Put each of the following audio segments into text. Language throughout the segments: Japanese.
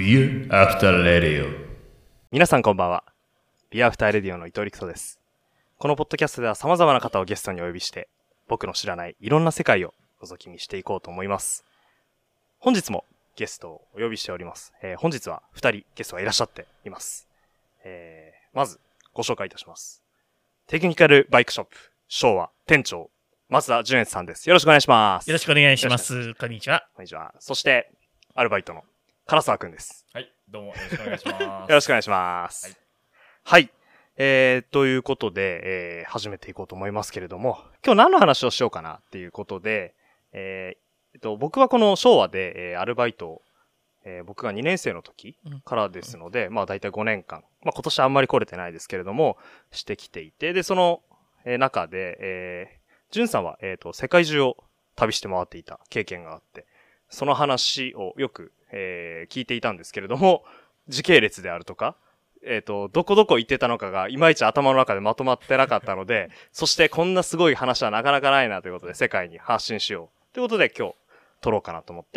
Beer After Radio。 皆さんこんばんは。ビアアフターレディオの伊藤陸斗です。このポッドキャストでは様々な方をゲストにお呼びして、僕の知らないいろんな世界を覗き見していこうと思います。本日もゲストをお呼びしております。本日は2人ゲストがいらっしゃっています。まずご紹介いたします。テクニカルバイクショップ昭和店長松田純悦さんです。よろしくお願いします。 よろしくお願いします。こんにちは。 こんにちは。そしてアルバイトの唐沢くんです。 はい、どうもよろしくお願いします。 よろしくお願いします。はい。ということで、始めていこうと思いますけれども、今日何の話をしようかなっていうことで、僕はこの昭和で、アルバイトを、僕が2年生の時からですので、まあ大体5年間、まあ今年あんまり来れてないですけれども、してきていて、で、その、中で、ジュンさんは、世界中を旅して回っていた経験があって、その話をよく、聞いていたんですけれども、時系列であるとか、どこどこ行ってたのかがいまいち頭の中でまとまってなかったので、そしてこんなすごい話はなかなかないなということで世界に発信しようということで今日撮ろうかなと思って、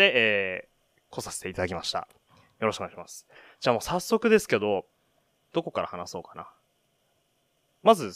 来させていただきました。よろしくお願いします。じゃあもう早速ですけど、どこから話そうかな。まず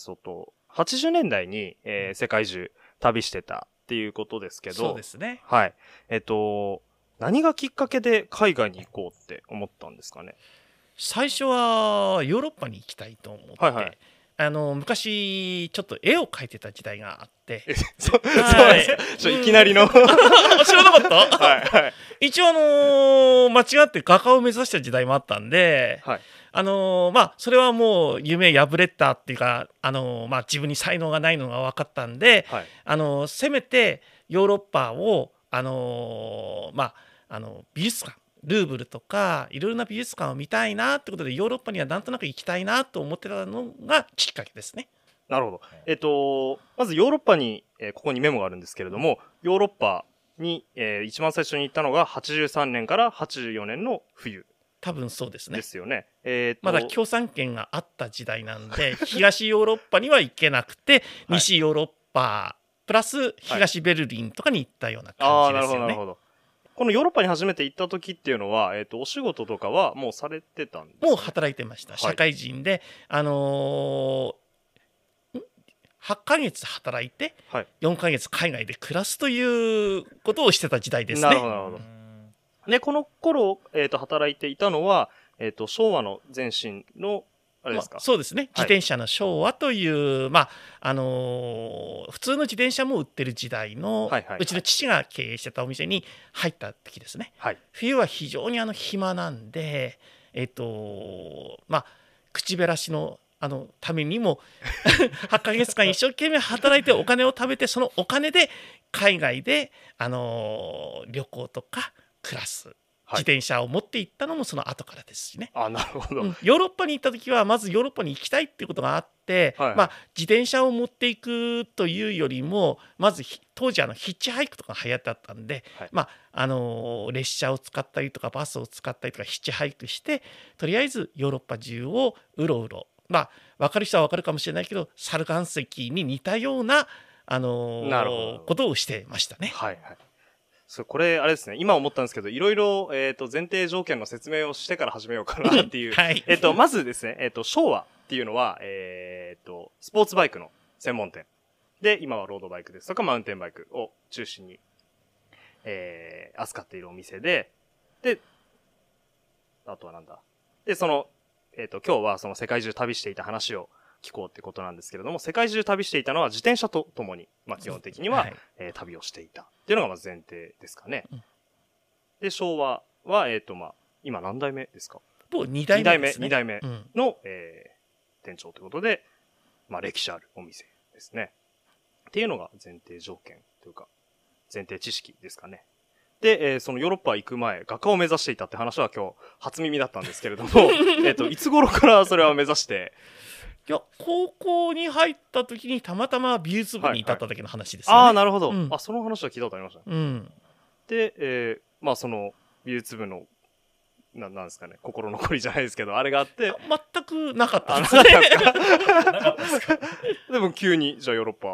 80年代に、世界中旅してたっていうことですけど、 そうですね。 はい。何がきっかけで海外に行こうって思ったんですかね。 最初はヨーロッパに行きたいと思って、 はいはい、 昔ちょっと絵を描いてた時代があって、 そうですか。いきなりの知らなかったはい、はい、 一応間違って画家を目指した時代もあったんで、 はい、 まあそれはもう夢破れたっていうか、まあ自分に才能がないのが分かったんで、 はい、 せめてヨーロッパをまあ美術館ルーブルとかいろいろな美術館を見たいなってことでヨーロッパにはなんとなく行きたいなと思ってたのがきっかけですね。 なるほど。まずヨーロッパに、ここにメモがあるんですけれども、ヨーロッパに、一番最初に行ったのが83年から84年の冬。 多分そうですね。 ですよね。 まだ共産圏があった時代なんで東ヨーロッパには行けなくて、はい、西ヨーロッパプラス東ベルリンとかに行ったような感じですよね。 なるほど。このヨーロッパに初めて行った時っていうのは、お仕事とかはもうされてたんですか？ もう働いてました。社会人で、8ヶ月働いて、4ヶ月海外で暮らすということをしてた時代ですね。 なるほど。で、この頃、働いていたのは、昭和の前身のあれですか？ そうですね。自転車の昭和という、まあ普通の自転車も売ってる時代の、うちの父が経営してたお店に入った時ですね。はい、冬は非常に暇なんで、まあ口減らしのためにも8ヶ月間一生懸命働いてお金を貯めて、そのお金で海外で旅行とか暮らす。自転車を持って行ったのもその後からですしね。 なるほど。 ヨーロッパに行った時はまずヨーロッパに行きたいっていうことがあって、まあ自転車を持っていくというよりもまず当時ヒッチハイクとか流行ってあったんで、まあ列車を使ったりとかバスを使ったりとかヒッチハイクしてとりあえずヨーロッパ中をうろうろ、まあ分かる人は分かるかもしれないけどサル岩石に似たようなことをしてましたね。 はいはい。これあれですね、今思ったんですけど、いろいろ前提条件の説明をしてから始めようかなっていう。 はい、 まずですね、昭和っていうのはスポーツバイクの専門店で、今はロードバイクですとかマウンテンバイクを中心に扱っているお店で、あとはなんだ。で今日はその世界中旅していた話を聞こうってことなんですけれども、世界中旅していたのは自転車とともに、まあ基本的には、旅をしていたっていうのがまず前提ですかね。で、昭和は、まあ、今何代目ですか？ もう2代目ですね。 2代目の、店長ということで、まあ歴史あるお店ですね。っていうのが前提条件というか、前提知識ですかね。で、そのヨーロッパ行く前、画家を目指していたって話は今日初耳だったんですけれども、いつ頃からそれは目指して？ いや、高校に入った時にたまたま美術部に至った時の話ですよね。 なるほど。その話は聞いたことありましたね。 で、まあその美術部のなんですかね、心残りじゃないですけど、あれがあって。 全くなかったですね。 でも急に、じゃあヨーロッパ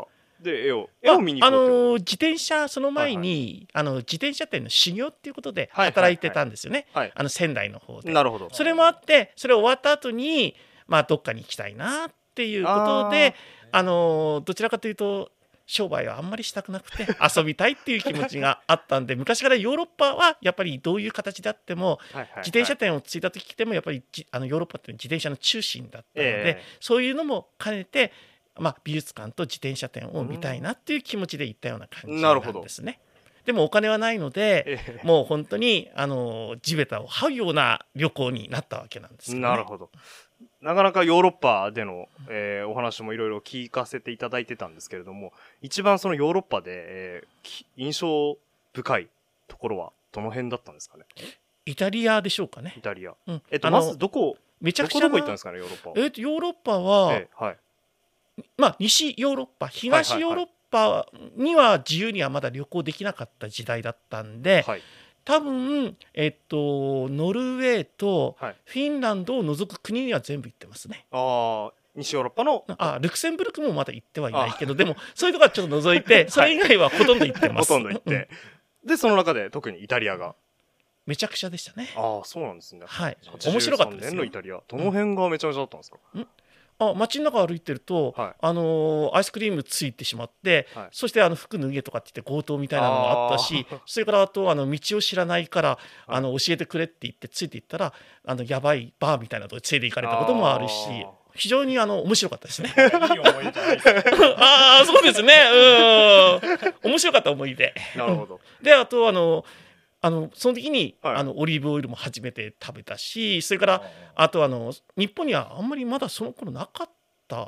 で絵を見に行こう自転車その前に、自転車店の修行っていうことで働いてたんですよね、仙台の方で。 なるほど。 それもあってそれ終わった後にどっかに行きたいなっていうことでどちらかというと商売はあんまりしたくなくて遊びたいっていう気持ちがあったんで昔からヨーロッパはやっぱりどういう形であっても自転車店を継いだ時でもやっぱりヨーロッパって自転車の中心だったので、そういうのも兼ねて、美術館と自転車店を見たいなっていう気持ちで行ったような感じなんですね。でもお金はないので、もう本当に地べたを這うような旅行になったわけなんですけどね。 なるほど。なかなかヨーロッパでの、お話もいろいろ聞かせていただいてたんですけれども、一番そのヨーロッパで、印象深いところはどの辺だったんですかね。 イタリアでしょうかね。 イタリア。まずどこめちゃくちゃどこ行ったんですかね、ヨーロッパは。 ヨーロッパは、西ヨーロッパ、東ヨーロッパには自由にはまだ旅行できなかった時代だったんで、多分、ノルウェーとフィンランドを除く国には全部行ってますね。 西ヨーロッパのルクセンブルクもまだ行ってはいないけど、でもそういうところはちょっと除いてそれ以外はほとんど行ってます。 ほとんど行って、でその中で特にイタリアがめちゃくちゃでしたね。 そうなんですね。 面白かったですよ。 83年のイタリア、どの辺がめちゃめちゃだったんですか。 街の中歩いてると、アイスクリームついてしまって、そして服脱げとかって言って強盗みたいなのもあったし、それからあと道を知らないから教えてくれって言ってついていったらやばいバーみたいなとこ連れて行かれたこともあるし、非常に面白かったですね。いい思い出じゃないですか。そうですね。面白かった思い出。 なるほど。 であとその時に、オリーブオイルも初めて食べたし、それからあと日本にはあんまりまだその頃なかった、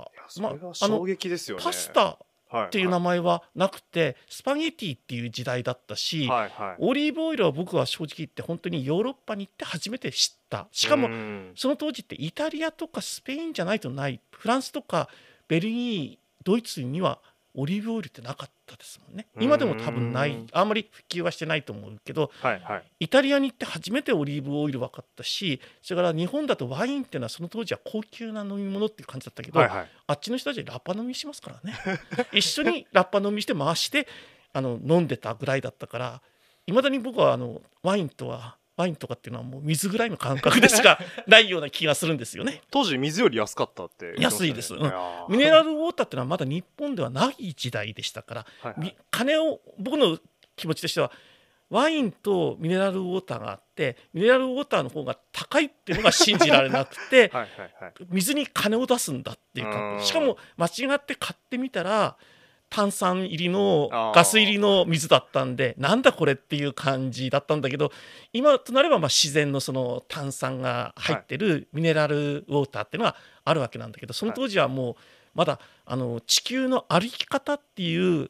それが衝撃ですよね。 パスタっていう名前はなくて、スパゲティっていう時代だったし、オリーブオイルは僕は正直言って本当にヨーロッパに行って初めて知った。しかもその当時ってイタリアとかスペインじゃないとない、フランスとかベルギー、ドイツにはオリーブオイルってなかったですもんね。今でも多分ない、あんまり普及はしてないと思うけど、イタリアに行って初めてオリーブオイル分かったし、それから日本だとワインっていうのはその当時は高級な飲み物っていう感じだったけど、あっちの人たちラッパ飲みしますからね。一緒にラッパ飲みして回して飲んでたぐらいだったから、いまだに僕はワインとかっていうのはもう水ぐらいの感覚でしかないような気がするんですよね。 当時水より安かったって、ね、 安いです、ミネラルウォーターっていうのはまだ日本ではない時代でしたから、僕の気持ちとしてはワインとミネラルウォーターがあって、ミネラルウォーターの方が高いっていうのが信じられなくて水に金を出すんだっていうか、しかも間違って買ってみたら炭酸入りのガス入りの水だったんで、なんだこれっていう感じだったんだけど、今となれば自然のその炭酸が入ってるミネラルウォーターっていうのがあるわけなんだけど、その当時はもうまだ地球の歩き方っていう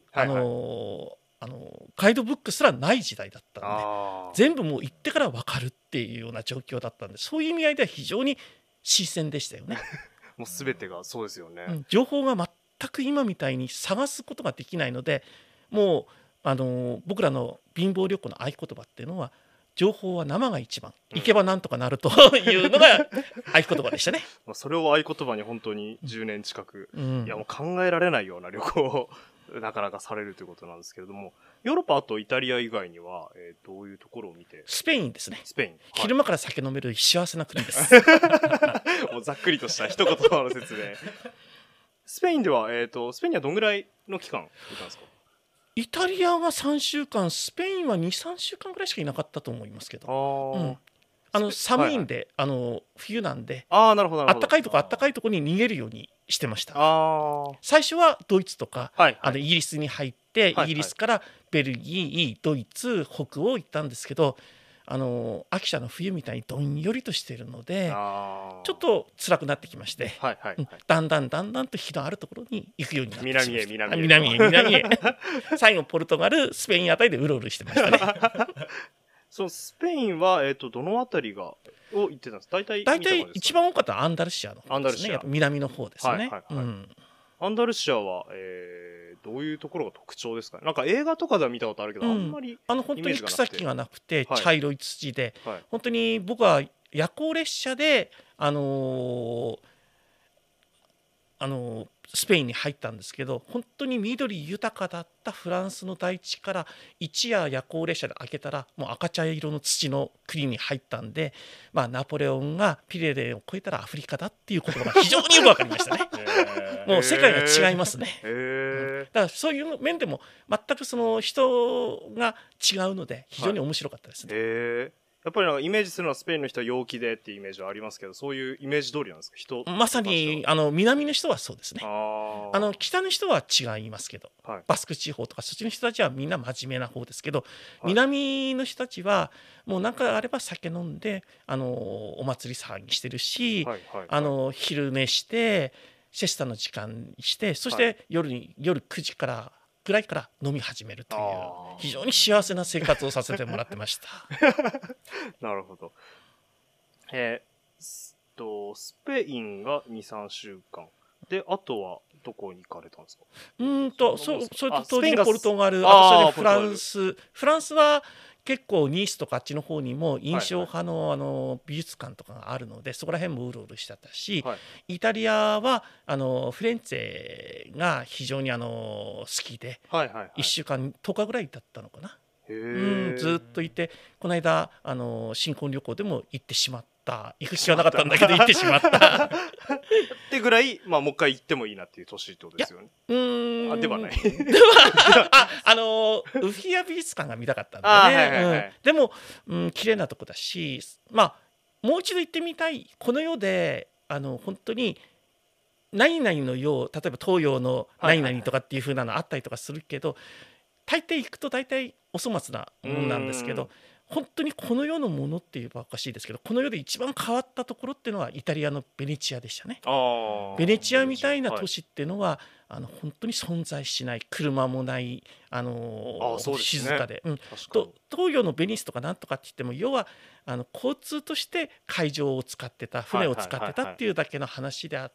ガイドブックすらない時代だったんで、全部もう行ってから分かるっていうような状況だったんで、そういう意味合いでは非常に新鮮でしたよね。 もう全てがそうですよね。 情報が全く今みたいに探すことができないので、もう僕らの貧乏旅行の合言葉っていうのは、情報は生が一番、行けばなんとかなるというのが合言葉でしたね。 それを合言葉に本当に10年近く、いやもう考えられないような旅行をなかなかされるということなんですけれども、ヨーロッパとイタリア以外には、どういうところを見て。 スペインですね。 スペイン、 昼間から酒飲める幸せな国です。 もうざっくりとした一言の説明。スペインでは、スペインにはどんぐらいの期間いたんですか。 イタリアは3週間、スペインは2、3週間ぐらいしかいなかったと思いますけど。寒いんで、冬なんで、 なるほど、 あったかいとこに逃げるようにしてました。最初はドイツとか、イギリスに入って、イギリスからベルギー、ドイツ、北欧行ったんですけど、秋田の冬みたいにどんよりとしているので、ちょっと辛くなってきまして、だんだんと日のあるところに行くようになってきました。南へ最後ポルトガル、スペインあたりでうろうろしてましたね。 そのスペインは、どのあたりを行ってたんですか。大体一番多かったのはアンダルシアの方ですね。やっぱ南の方ですね。 アンダルシアは、どういうところが特徴ですかね。なんか映画とかでは見たことあるけど、あんまり本当に草木がなくて茶色い土で、本当に僕は夜行列車でピスペインに入ったんですけど、本当に緑豊かだったフランスの大地から一夜夜行列車で開けたらもう赤茶色の土の国に入ったんで、ナポレオンがピレネーを越えたらアフリカだっていう言葉が非常によく分かりましたね。もう世界が違いますね。だからそういう面でも全くその人が違うので非常に面白かったですね。 やっぱりなんかイメージするのはスペインの人は陽気でっていうイメージはありますけど、そういうイメージ通りなんですか？ まさに南の人はそうですね。北の人は違いますけど、バスク地方とかそっちの人たちはみんな真面目な方ですけど、南の人たちはもう何かあれば酒飲んでお祭り騒ぎしてるし、昼寝してシェスタの時間にして、そして夜9時からぐらいから飲み始めるという非常に幸せな生活をさせてもらってました。 なるほど。スペインが 2,3 週間で、あとはどこに行かれたんですか？ それと同時にポルトガル、あとそれでフランスは結構ニースとかあっちの方にも印象派の美術館とかがあるので、そこら辺もうろうろしてたし、イタリアはフレンツェが非常に好きで、1週間10日ぐらいだったのかな。ずっといて、この間新婚旅行でも行ってしまった。行く気はなかったんだけど行ってしまったってぐらい、もう一回行ってもいいなっていう年ってことですよね。ではない。 ウフィア美術館が見たかったんでね。でも綺麗なとこだし、もう一度行ってみたい。この世で本当に何々の世、例えば東洋の何々とかっていう風なのあったりとかするけど、大抵行くと大体お粗末なものなんですけど、本当にこの世のものって言えばおかしいですけど、この世で一番変わったところっていうのはイタリアのベネチアでしたね。ベネチアみたいな都市っていうのは、本当に存在しない、車もない、静かで、東洋のベニスとかなんとかって言っても、要は交通として海上を使ってた、船を使ってたっていうだけの話であって、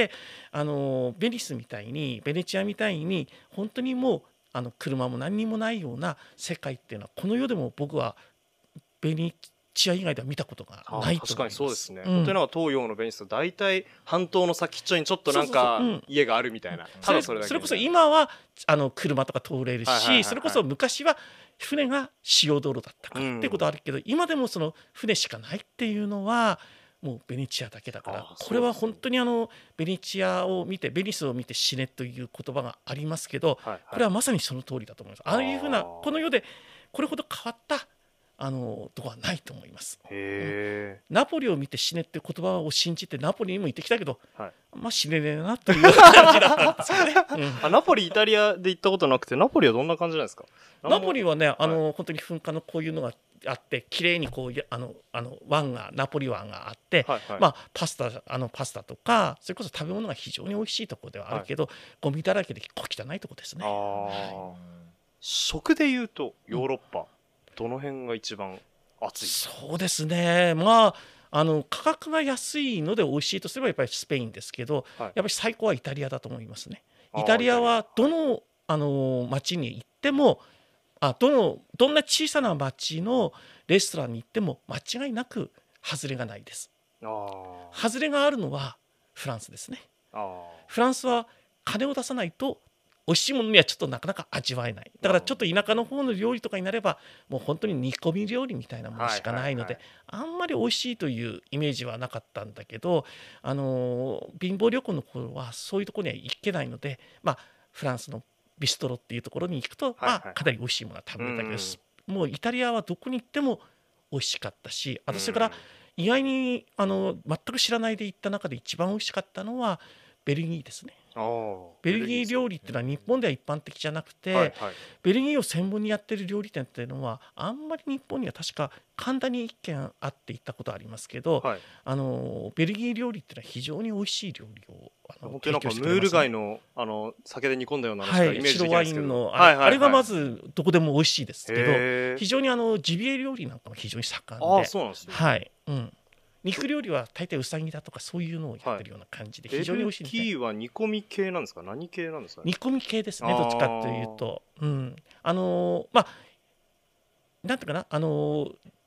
ベニスみたいにベネチアみたいに本当にもう車も何にもないような世界っていうのはこの世でも僕はベネチア以外では見たことがないと思います。 確かにそうですね。本当になんか東洋のベニスと大体半島の先っちょにちょっとなんか家があるみたいな。 それこそ今は車とか通れるし、それこそ昔は船が主要道路だったからっていうことはあるけど、今でもその船しかないっていうのはもうベネチアだけだから、これは本当にベネチアを見てベニスを見て死ねという言葉がありますけど、これはまさにその通りだと思います。ああいうふうなこの世でこれほど変わったとこはないと思います。ナポリを見て死ねって言葉を信じてナポリにも行ってきたけど、死ねねえなという感じだったんですよね。 ナポリイタリアで行ったことなくて、ナポリはどんな感じなんですか？ ナポリはね、本当に噴火のこういうのがあって綺麗にこう湾がナポリ湾があって、パスタとかそれこそ食べ物が非常に美味しいところではあるけど、ゴミだらけで小汚いところですね。 食でいうとヨーロッパどの辺が一番暑い？ そうですね、価格が安いので美味しいとすればやっぱりスペインですけど、やっぱり最高はイタリアだと思いますね。イタリアはどの町に行ってもどんな小さな町のレストランに行っても間違いなく外れがないです。外れがあるのはフランスですね。フランスは金を出さないと美味しいものにはちょっとなかなか味わえない。だからちょっと田舎の方の料理とかになればもう本当に煮込み料理みたいなものしかないので、あんまり美味しいというイメージはなかったんだけど、貧乏旅行の頃はそういうところには行けないので、フランスのビストロっていうところに行くと、かなり美味しいものが食べれたけど、もうイタリアはどこに行っても美味しかったし、あとそれから意外に全く知らないで行った中で一番美味しかったのはベルギーですね。ベルギー料理っていうのは日本では一般的じゃなくて、ベルギーを専門にやってる料理店っていうのはあんまり日本には確か神田に1軒あって行ったことありますけど、ベルギー料理っていうのは非常に美味しい料理を本当になんかムール貝の酒で煮込んだようなのしかイメージできないですけど、 白ワインのあれがまずどこでも美味しいですけど、非常にジビエ料理なんかも非常に盛んで、 そうなんですね。 肉料理は大体ウサギだとかそういうのをやってるような感じで非常に美味しいんですね。 LT は煮込み系なんですか？何系なんですか？ 煮込み系ですね、どっちかというと。なんていうかな、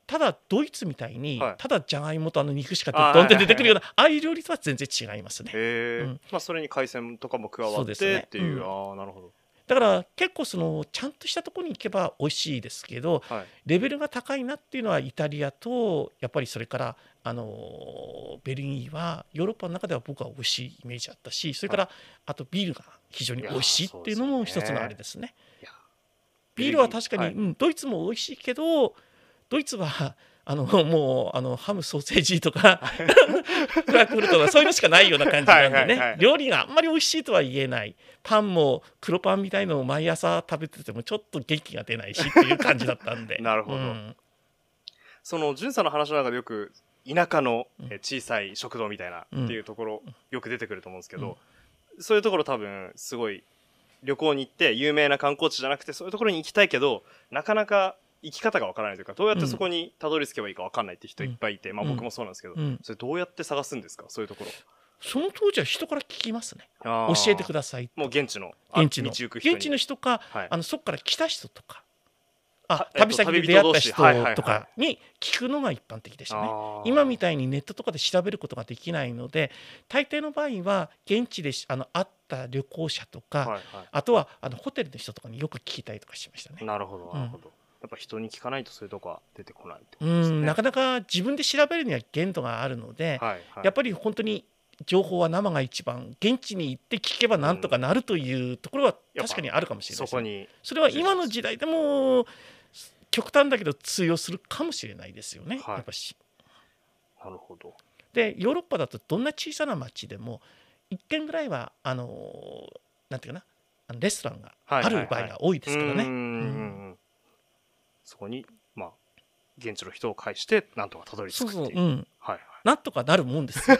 ただドイツみたいに、ただじゃがいもと肉しかドンって出てくるようなああいう料理とは全然違いますね。 それに海鮮とかも加わってっていう、なるほど。 だから結構ちゃんとしたところに行けば美味しいですけど、レベルが高いなっていうのはイタリアとやっぱりそれからベルギーはヨーロッパの中では僕は美味しいイメージあったし、それからあとビールが非常に美味しいっていうのも一つのあれですね。ビールは確かに、ドイツも美味しいけど、ドイツはもうハムソーセージとかフランクフルトとかそういうのしかないような感じなんでね、料理があんまり美味しいとは言えない。パンも黒パンみたいのを毎朝食べててもちょっと元気が出ないしっていう感じだったんでなるほど、その潤さんの話の中でよく田舎の小さい食堂みたいなっていうところ、よく出てくると思うんですけど、そういうところ多分すごい旅行に行って有名な観光地じゃなくてそういうところに行きたいけどなかなか生き方がわからないというか、どうやってそこにたどり着けばいいかわかんないって人いっぱいいて、僕もそうなんですけど、それどうやって探すんですか、そういうところ。 その当時は人から聞きますね。教えてください。 もう現地の人か、そこから来た人とか、旅先で出会った人とかに聞くのが一般的でしたね。今みたいにネットとかで調べることができないので、大抵の場合は現地で会った旅行者とか、あとはホテルの人とかによく聞きたりとかしましたね。 なるほどなるほど。やっぱ人に聞かないとそういうとこは出てこないってことですね。 なかなか自分で調べるには限度があるので、やっぱり本当に情報は生が一番、現地に行って聞けばなんとかなるというところは確かにあるかもしれないです。それは今の時代でも極端だけど通用するかもしれないですよね、やっぱし。 なるほど。 でヨーロッパだとどんな小さな町でも1軒ぐらいはなんていうかな、レストランがある場合が多いですからね。 そこに現地の人を介してなんとかたどり着くっていう。 なんとかなるもんですよ。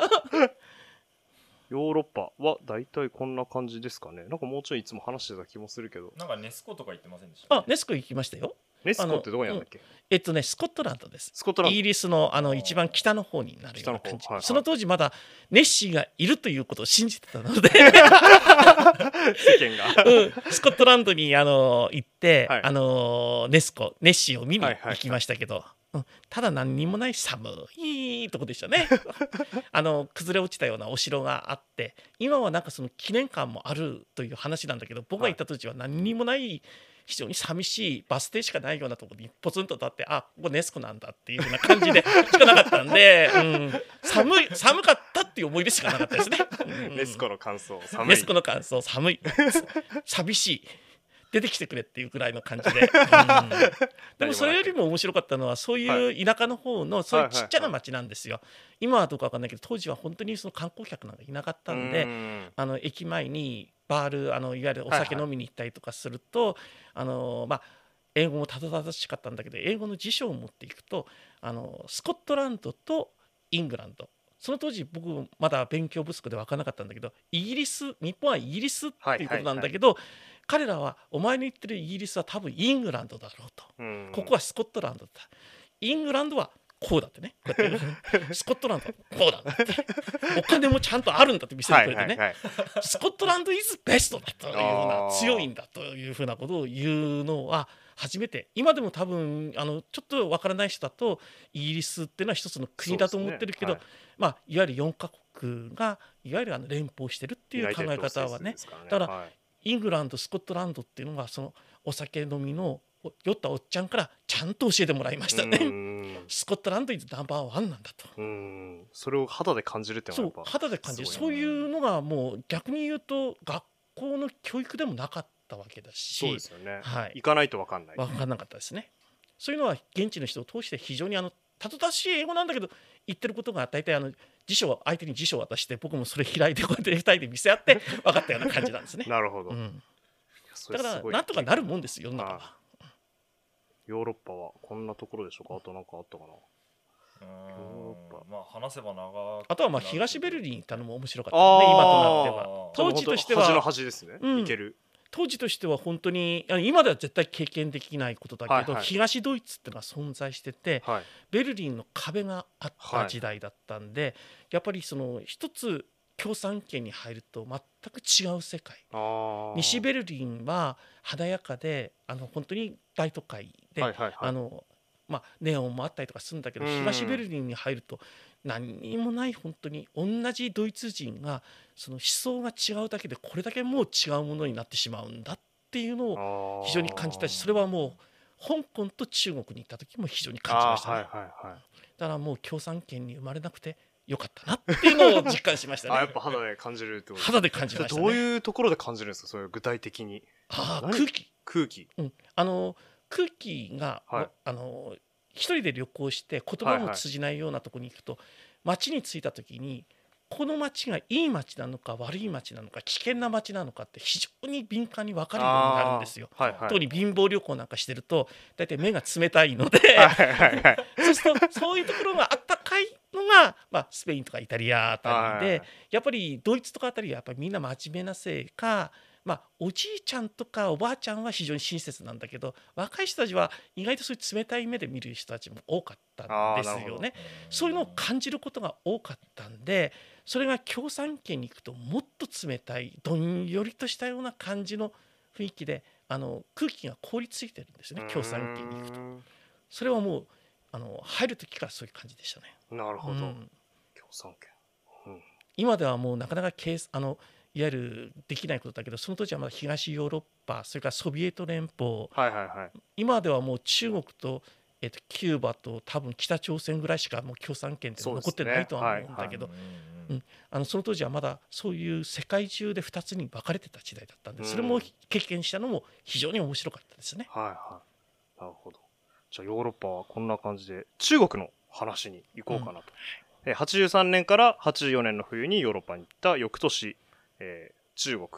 ヨーロッパは大体こんな感じですかね。なんかもうちょいいつも話してた気もするけど。 なんかネスコとか行ってませんでした？ ネスコ行きましたよ。 ネスコってどこにあるんだっけ？ スコットランドです。イギリスの一番北の方になるような感じ。その当時まだネッシーがいるということを信じてたので世間がスコットランドに行って、ネッシーを見に行きましたけど、ただ何にもない寒いとこでしたね。崩れ落ちたようなお城があって、今はなんかその記念館もあるという話なんだけど、僕が行った当時は何にもない非常に寂しいバス停しかないようなところにポツンと立って、ここネスコなんだっていうような感じでしかなかったんで、寒かったっていう思い出しかなかったですね。 ネスコの感想寒い。 ネスコの感想寒い寂しい、出てきてくれっていうぐらいの感じで、でもそれよりも面白かったのはそういう田舎の方のそういうちっちゃな町なんですよ。今はどうか分かんないけど当時は本当にその観光客なんかいなかったんで、駅前にバールいわゆるお酒飲みに行ったりとかすると、英語もたどたどしかったんだけど英語の辞書を持っていくとスコットランドとイングランド、その当時僕まだ勉強不足で分からなかったんだけど、日本はイギリスっていうことなんだけど、彼らはお前の言ってるイギリスは多分イングランドだろうと、ここはスコットランドだ、イングランドはこうだってね、こうやってスコットランドはこうだってお金もちゃんとあるんだって見せてくれてね、スコットランドイズベストだというような、強いんだというふうなことを言うのは初めて。今でも多分ちょっとわからない人だとイギリスっていうのは一つの国だと思ってるけど、いわゆる4カ国がいわゆる連邦してるっていう考え方はね、だからイングランドスコットランドっていうのがそのお酒飲みの酔ったおっちゃんからちゃんと教えてもらいましたね。スコットランドイズナンバーワンなんだと。 それを肌で感じるってのはやっぱ肌で感じる、そういうのがもう逆に言うと学校の教育でもなかったわけだし、 そうですよね、行かないと分かんない、 分かんなかったですね。そういうのは現地の人を通して非常にたどたどしい英語なんだけど言ってることが大体相手に辞書を渡して僕もそれ開いてこうやって2人で見せ合って分かったような感じなんですね。 なるほど、 だからなんとかなるもんですよ世の中は。 ヨーロッパはこんなところでしょうか。あとなんかあったかな。 話せば長く、 あとは東ベルリン行ったのも面白かったね、今となっては。当時としては端の端ですね、行ける。 当時としては本当に今では絶対経験できないことだけど、東ドイツっていうのが存在してて、ベルリンの壁があった時代だったんで、やっぱりその一つ共産圏に入ると全く違う世界。西ベルリンは華やかで本当に大都会で、 ネオンもあったりとかするんだけど、東ベルリンに入ると何にもない本当に同じドイツ人がその思想が違うだけでこれだけもう違うものになってしまうんだっていうのを非常に感じたし、それはもう香港と中国に行った時も非常に感じましたね。だからもう共産圏に生まれなくてよかったなっていうのを実感しましたね。 やっぱ肌で感じるってことですか？ 肌で感じましたね。 どういうところで感じるんですか？そういう具体的に。空気、空気が、一人で旅行して言葉も通じないようなところに行くと、街に着いた時にこの街がいい街なのか悪い街なのか危険な街なのかって非常に敏感に分かるようになるんですよ。特に貧乏旅行なんかしてると大体目が冷たいのでそうするとそういうところがあったかいのが、スペインとかイタリアあたりで、やっぱりドイツとかあたりはやっぱりみんな真面目なせいか、おじいちゃんとかおばあちゃんは非常に親切なんだけど、若い人たちは意外とそういう冷たい目で見る人たちも多かったんですよね。そういうのを感じることが多かったんで、それが共産圏に行くともっと冷たいどんよりとしたような感じの雰囲気で空気が凍りついてるんですね、共産圏に行くと。それはもう入る時からそういう感じでしたね。 なるほど、共産圏、 今ではもうなかなかいわゆるできないことだけど、その当時はまだ東ヨーロッパ、それからソビエト連邦、今ではもう中国と、キューバと多分北朝鮮ぐらいしかもう共産圏って残ってないとは思うんだけど、その当時はまだそういう世界中で2つに分かれてた時代だったんで、それも経験したのも非常に面白かったですね。 なるほど。じゃあヨーロッパはこんな感じで中国の話に行こうかなと。83年から84年の冬にヨーロッパに行った翌年、中国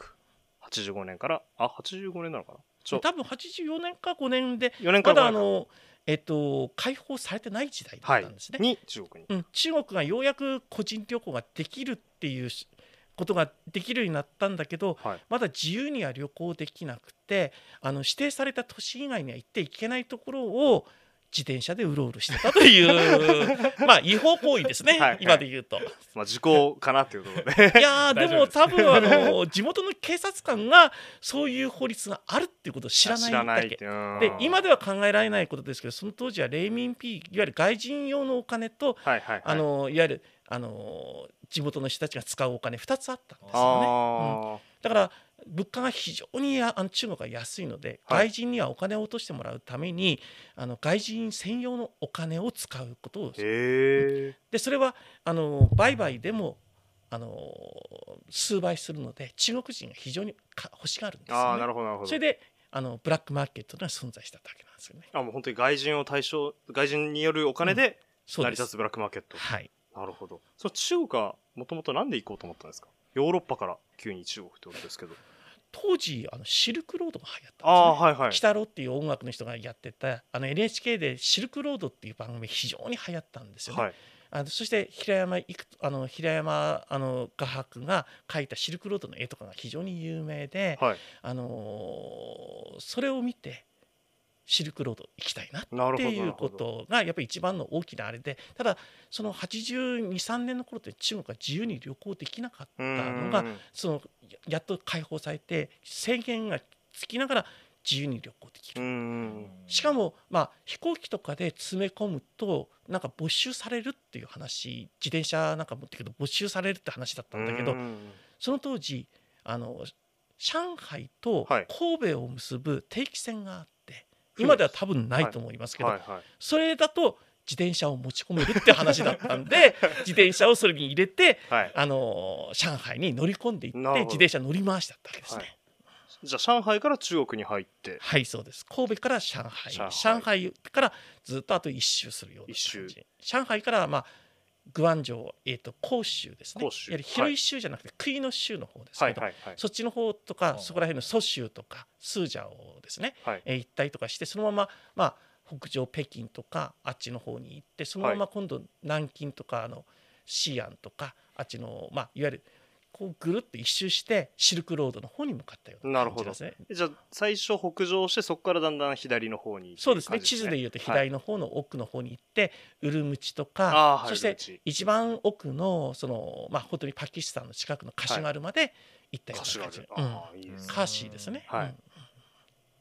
85年から85年なのかな、 多分84年か5年で 4年かまだ解放されてない時代だったんですね。 に中国に、 中国がようやく個人旅行ができるっていうことができるようになったんだけど、まだ自由には旅行できなくて、指定された都市以外には行っていけないところを自転車でうろうろしてたという違法行為ですね、今で言うと。 時効かなっていうところでいやでも多分地元の警察官がそういう法律があるっていうことを知らないだけで、今では考えられないことですけど、その当時はレーミンピー、いわゆる外人用のお金と、いわゆる地元の人たちが使うお金2つあったんですよね。だから物価が非常に中国が安いので、外人にはお金を落としてもらうために外人専用のお金を使うことをする。でそれは売買でも数倍するので、中国人が非常に欲しがるんですよね。それでブラックマーケットが存在しただけなんですよね。 もう本当に外人によるお金で成り立つブラックマーケット。なるほど。その中国はもともとなんで行こうと思ったんですか？ヨーロッパから急に中国ってことですけど。 当時シルクロードが流行ったんですね。鬼太郎っていう音楽の人がやってたNHK でシルクロードっていう番組非常に流行ったんですよね。そして平山画伯が描いたシルクロードの絵とかが非常に有名で、それを見てシルクロード行きたいなっていうことがやっぱり一番の大きなあれで、ただその82、3年の頃って中国が自由に旅行できなかったのがやっと解放されて制限がつきながら自由に旅行できる。しかも飛行機とかで詰め込むとなんか没収されるっていう話、自転車なんか持ってくると没収されるって話だったんだけど、その当時上海と神戸を結ぶ定期船があって、今では多分ないと思いますけど、それだと自転車を持ち込めるって話だったんで自転車をそれに入れて、上海に乗り込んでいって自転車乗り回したわけですね。 じゃあ上海から中国に入って、 そうです。神戸から上海からずっとあと一周するような感じ。上海からグアンジョウ、広州ですね。やはり広い州じゃなくて杭の州の方ですけど、そっちの方とかそこら辺の蘇州とかスージャオですね、行ったりとかして、そのまま北上北京とかあっちの方に行って、そのまま今度南京とか西安とかあっちのいわゆるこうぐるっと一周してシルクロードの方に向かったような感じですね。 じゃあ最初北上して、そこからだんだん左の方に、 そうですね。地図でいうと左の方の奥の方に行って、ウルムチとか、そして一番奥の本当にパキスタンの近くのカシュガルまで行ったような感じ。カーシーですね。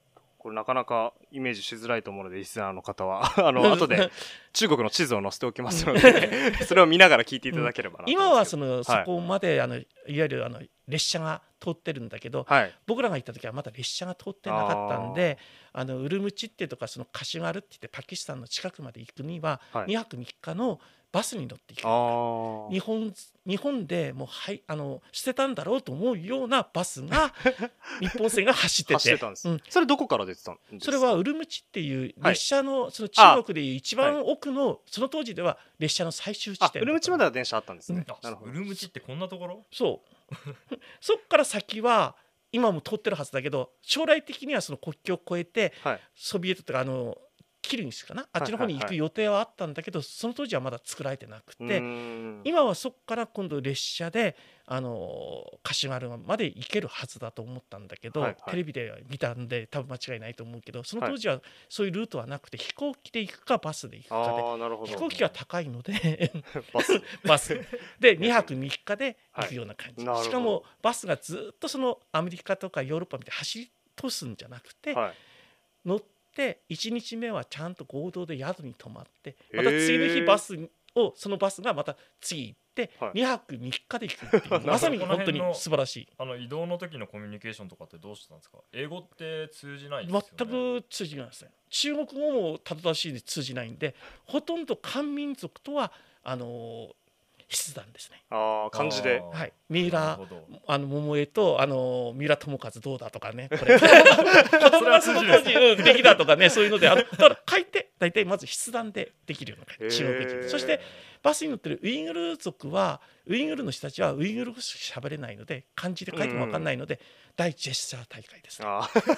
これなかなかイメージしづらいと思うので、リスナーの方は後で中国の地図を載せておきますのでそれを見ながら聞いていただければなと、 今はそこまでいわゆる列車が通ってるんだけど、はい、僕らが行った時はまだ列車が通ってなかったんで、ウルムチっていうとかそのカシュガルって言ってパキスタンの近くまで行くには2泊3日のバスに乗っていく、日本でもう捨てたんだろうと思うようなバスが日本線が走っててそれどこから出てたんですか？ それはウルムチっていう列車の、その中国でいう一番奥の、その当時では列車の最終地点。 ウルムチまでは電車あったんですね。 なるほど。ウルムチってこんなところ？ そうそっから先は今も通ってるはずだけど、将来的にはその国境を越えて、ソビエトとかキルギスかな、あっちの方に行く予定はあったんだけど、その当時はまだ作られてなくて、今はそこから今度列車でカシュガルまで行けるはずだと思ったんだけど、テレビで見たんで多分間違いないと思うけど、その当時はそういうルートはなくて、飛行機で行くかバスで行くかで、飛行機は高いのでバスで2泊3日で行くような感じ、しかもバスがずっとそのアメリカとかヨーロッパみたいに走り通すんじゃなくて、乗ってで1日目はちゃんと合同で宿に泊まって、また次の日そのバスがまた次行って2泊3日で行くっていうまさに本当に素晴らしい。 移動の時のコミュニケーションとかってどうしてたんですか？英語って通じないんですよね？ 全く通じないですね。中国語もたどたどしいで通じないんで、ほとんど漢民族とは筆談ですね。 漢字で、 はい、三浦桃江と三浦友和どうだとかね、これそれはその当時できだとかね、そういうのでだから書いて大体まず筆談でできるような感じ、中国的に。そしてバスに乗ってるウイグル族は、ウイグルの人たちはウイグル語しか喋れないので、漢字で書いても分かんないので、大ジェスチャー大会ですね。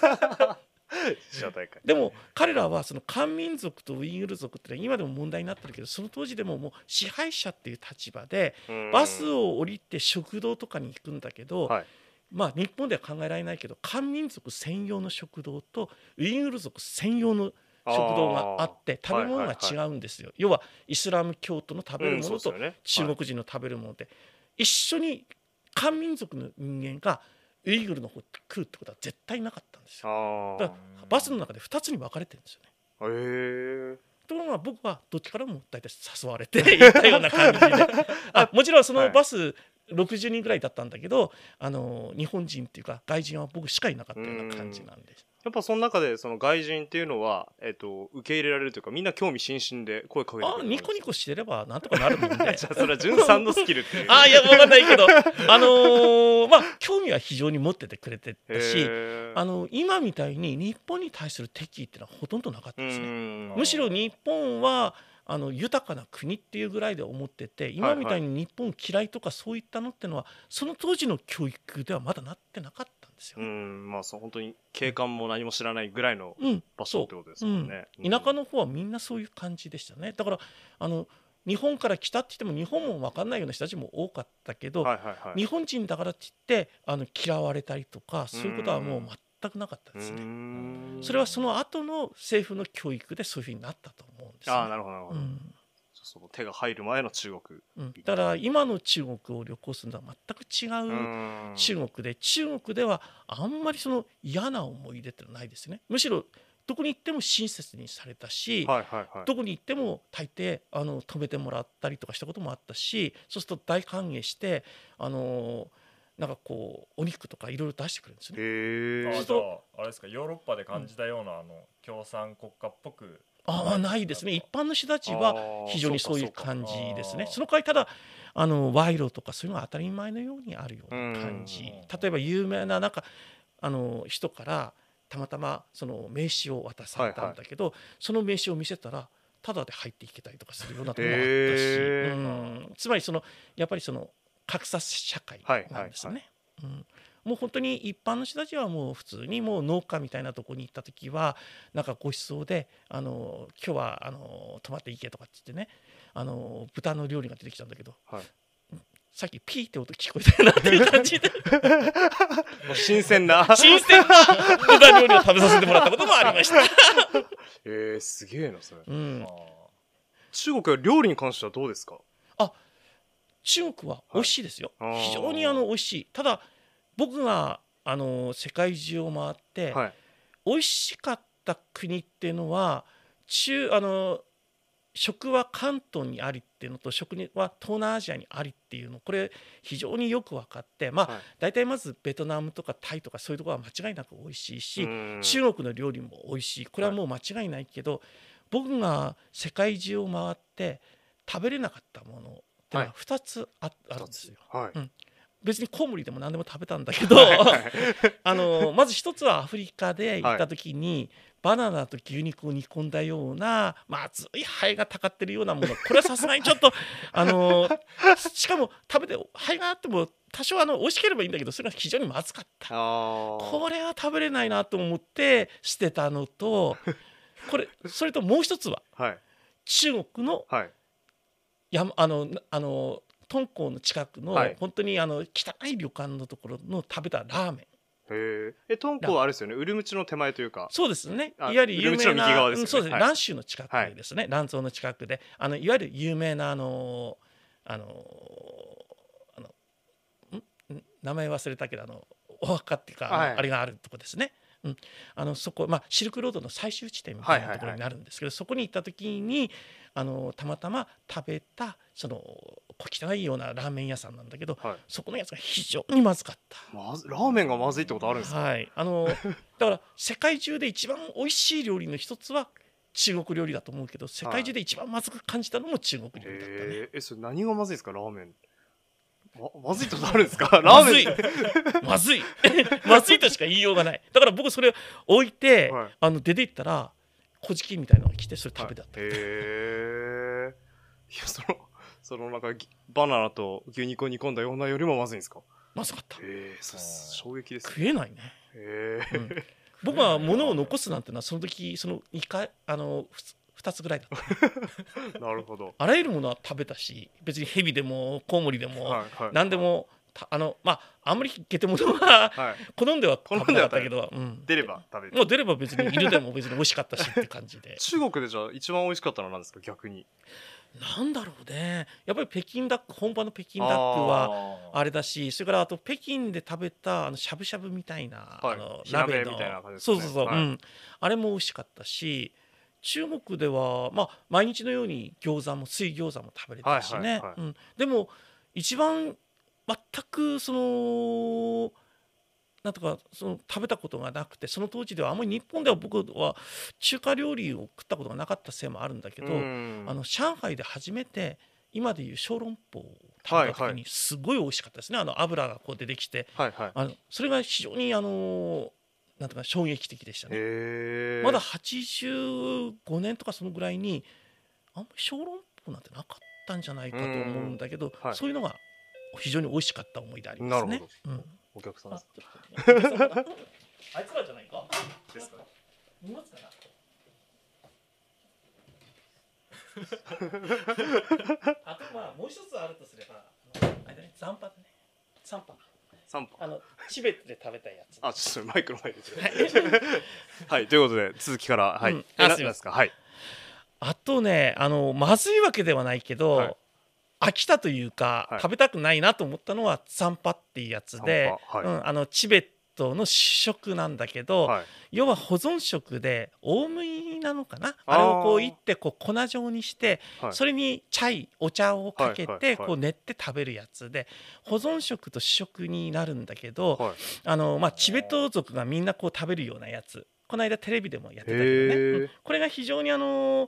でも彼らはその漢民族とウイグル族って今でも問題になってるけど、その当時でももう支配者っていう立場でバスを降りて食堂とかに行くんだけど、まあ日本では考えられないけど、漢民族専用の食堂とウイグル族専用の食堂があって食べ物が違うんですよ。要はイスラム教徒の食べるものと中国人の食べるもので、一緒に漢民族の人間がウイグルの方って来るってことは絶対なかったんですよ。だからバスの中で2つに分かれてるんですよね。ところが僕はどっちからも大体誘われて行ったような感じでもちろんそのバス60人ぐらいだったんだけど、日本人っていうか外人は僕しかいなかったような感じなんです。 やっぱその中でその外人っていうのは、受け入れられるというか、みんな興味津々で声かけてくれる。 ニコニコしてればなんとかなるもんでじゃあそれは純さんのスキルっていういや分かんないけどまあ興味は非常に持っててくれてたし、今みたいに日本に対する敵意っていうのはほとんどなかったですね。むしろ日本は豊かな国っていうぐらいで思ってて、今みたいに日本嫌いとかそういったのってのはその当時の教育ではまだなってなかったんですよ。 まあ本当に景観も何も知らないぐらいの場所ってことですもんね。 田舎の方はみんなそういう感じでしたね。だから日本から来たって言っても日本も分かんないような人たちも多かったけど、日本人だからって言って嫌われたりとかそういうことはもう全くなかったですね。それはその後の政府の教育でそういうふうになったと思うんですよ。 なるほどなるほど。その手が入る前の中国、 だから今の中国を旅行するのは全く違う中国で、中国ではあんまりその嫌な思い出ってないですね。むしろどこに行っても親切にされたし、どこに行っても大抵止めてもらったりとかしたこともあったし、そうすると大歓迎してなんかこうお肉とかいろいろ出してくるんですね。 じゃああれですか、ヨーロッパで感じたような共産国家っぽくないですね。一般の人たちは非常にそういう感じですね。その代わりただ賄賂とかそういうのが当たり前のようにあるような感じ。例えば有名な人からたまたまその名刺を渡されたんだけど、その名刺を見せたらタダで入っていけたりとかするようなところもあったし、つまりやっぱり格差社会なんですね。もう本当に一般の人たちはもう普通にもう農家みたいなところに行った時はなんかご馳走で今日は泊まっていけとかって言ってね、豚の料理が出てきたんだけど、さっきピーって音聞こえたよなっていう感じで新鮮な豚料理を食べさせてもらったこともありましたすげえなそれ。中国は料理に関してはどうですか？ 中国は美味しいですよ。非常に美味しい。ただ僕が世界中を回って、 美味しかった国っていうのは食は広東にありっていうのと食は東南アジアにありっていうの、これ非常によく分かって、まあ大体まずベトナムとかタイとかそういうところは間違いなく美味しいし、中国の料理も美味しい、これはもう間違いないけど、僕が世界中を回って食べれなかったものってのは2つあるんですよ。別にコウモリでも何でも食べたんだけどまず一つはアフリカで行った時に、バナナと牛肉を煮込んだようなまずいハエがたかってるようなもの、これはさすがにちょっとしかも食べてハエがあっても多少美味しければいいんだけど、それが非常にまずかった。これは食べれないなと思って捨てたのと、それともう一つは、中国の敦煌の近くの本当に汚い旅館のところの食べたラーメン。 敦煌はあれですよね、ウルムチの手前というか。 そうですね。いわゆる有名な、そうですね、蘭州の近くですね、蘭州の近くで、いわゆる有名な名前忘れたけどお墓っていうかあれがあるとこですね。そこ、シルクロードの最終地点みたいなところになるんですけど、そこに行った時にたまたま食べたその小汚いようなラーメン屋さんなんだけど、そこのやつが非常にまずかった。 ラーメンがまずいってことあるんですか？ だから世界中で一番美味しい料理の一つは中国料理だと思うけど、世界中で一番まずく感じたのも中国料理だったね。 それ何がまずいですか？ラーメンまずいってことあるんですか？ラーメンまずいまずいとしか言いようがない。だから僕それ置いて、出て行ったら小じきみたいなのが来てそれ食べたって。 いやそのなんかバナナと牛肉を煮込んだようなよりもまずいんですか？ まずかった。 衝撃です。 食えないね。僕は物を残すなんてのはその時その2つぐらいだったなるほど。 あらゆるものは食べたし、別にヘビでもコウモリでも何でも、あんまりゲテモノは好んでは食べなかったけど、 出れば食べる。 もう出れば別に犬でも別に美味しかったしって感じで。 中国でじゃあ一番美味しかったのは何ですか？逆に。 なんだろうね。やっぱり北京ダック、本場の北京ダックはあれだし、それからあと北京で食べたしゃぶしゃぶみたいな鍋みたいな感じですね。 あれも美味しかったし。中国では毎日のように水餃子も食べれたしね。でも一番全くなんとか食べたことがなくて、その当時ではあんまり日本では僕は中華料理を食ったことがなかったせいもあるんだけど、上海で初めて今でいう小籠包を食べた時にすごい美味しかったですね。油がこう出てきて、それが非常になんとか衝撃的でしたね。まだ85年とかそのぐらいにあんまり小籠包なんてなかったんじゃないかと思うんだけど、そういうのが非常に美味しかった思い出ありますね。 お客さんですか？あいつらじゃないか？ですか？見ますかな？あともう一つあるとすれば残飯ね。チベットで食べたやつ。 ちょっとマイクの前ですよ。はい、ということで続きから何ですか？ あとね、まずいわけではないけど、飽きたというか、食べたくないなと思ったのはサンパっていうやつで、チベットの主食なんだけど、要は保存食で大麦なのかな、あれをこういって粉状にして、それにお茶をかけてこう練って食べるやつで、保存食と主食になるんだけど、チベット族がみんなこう食べるようなやつ、この間テレビでもやってたけどね、これが非常に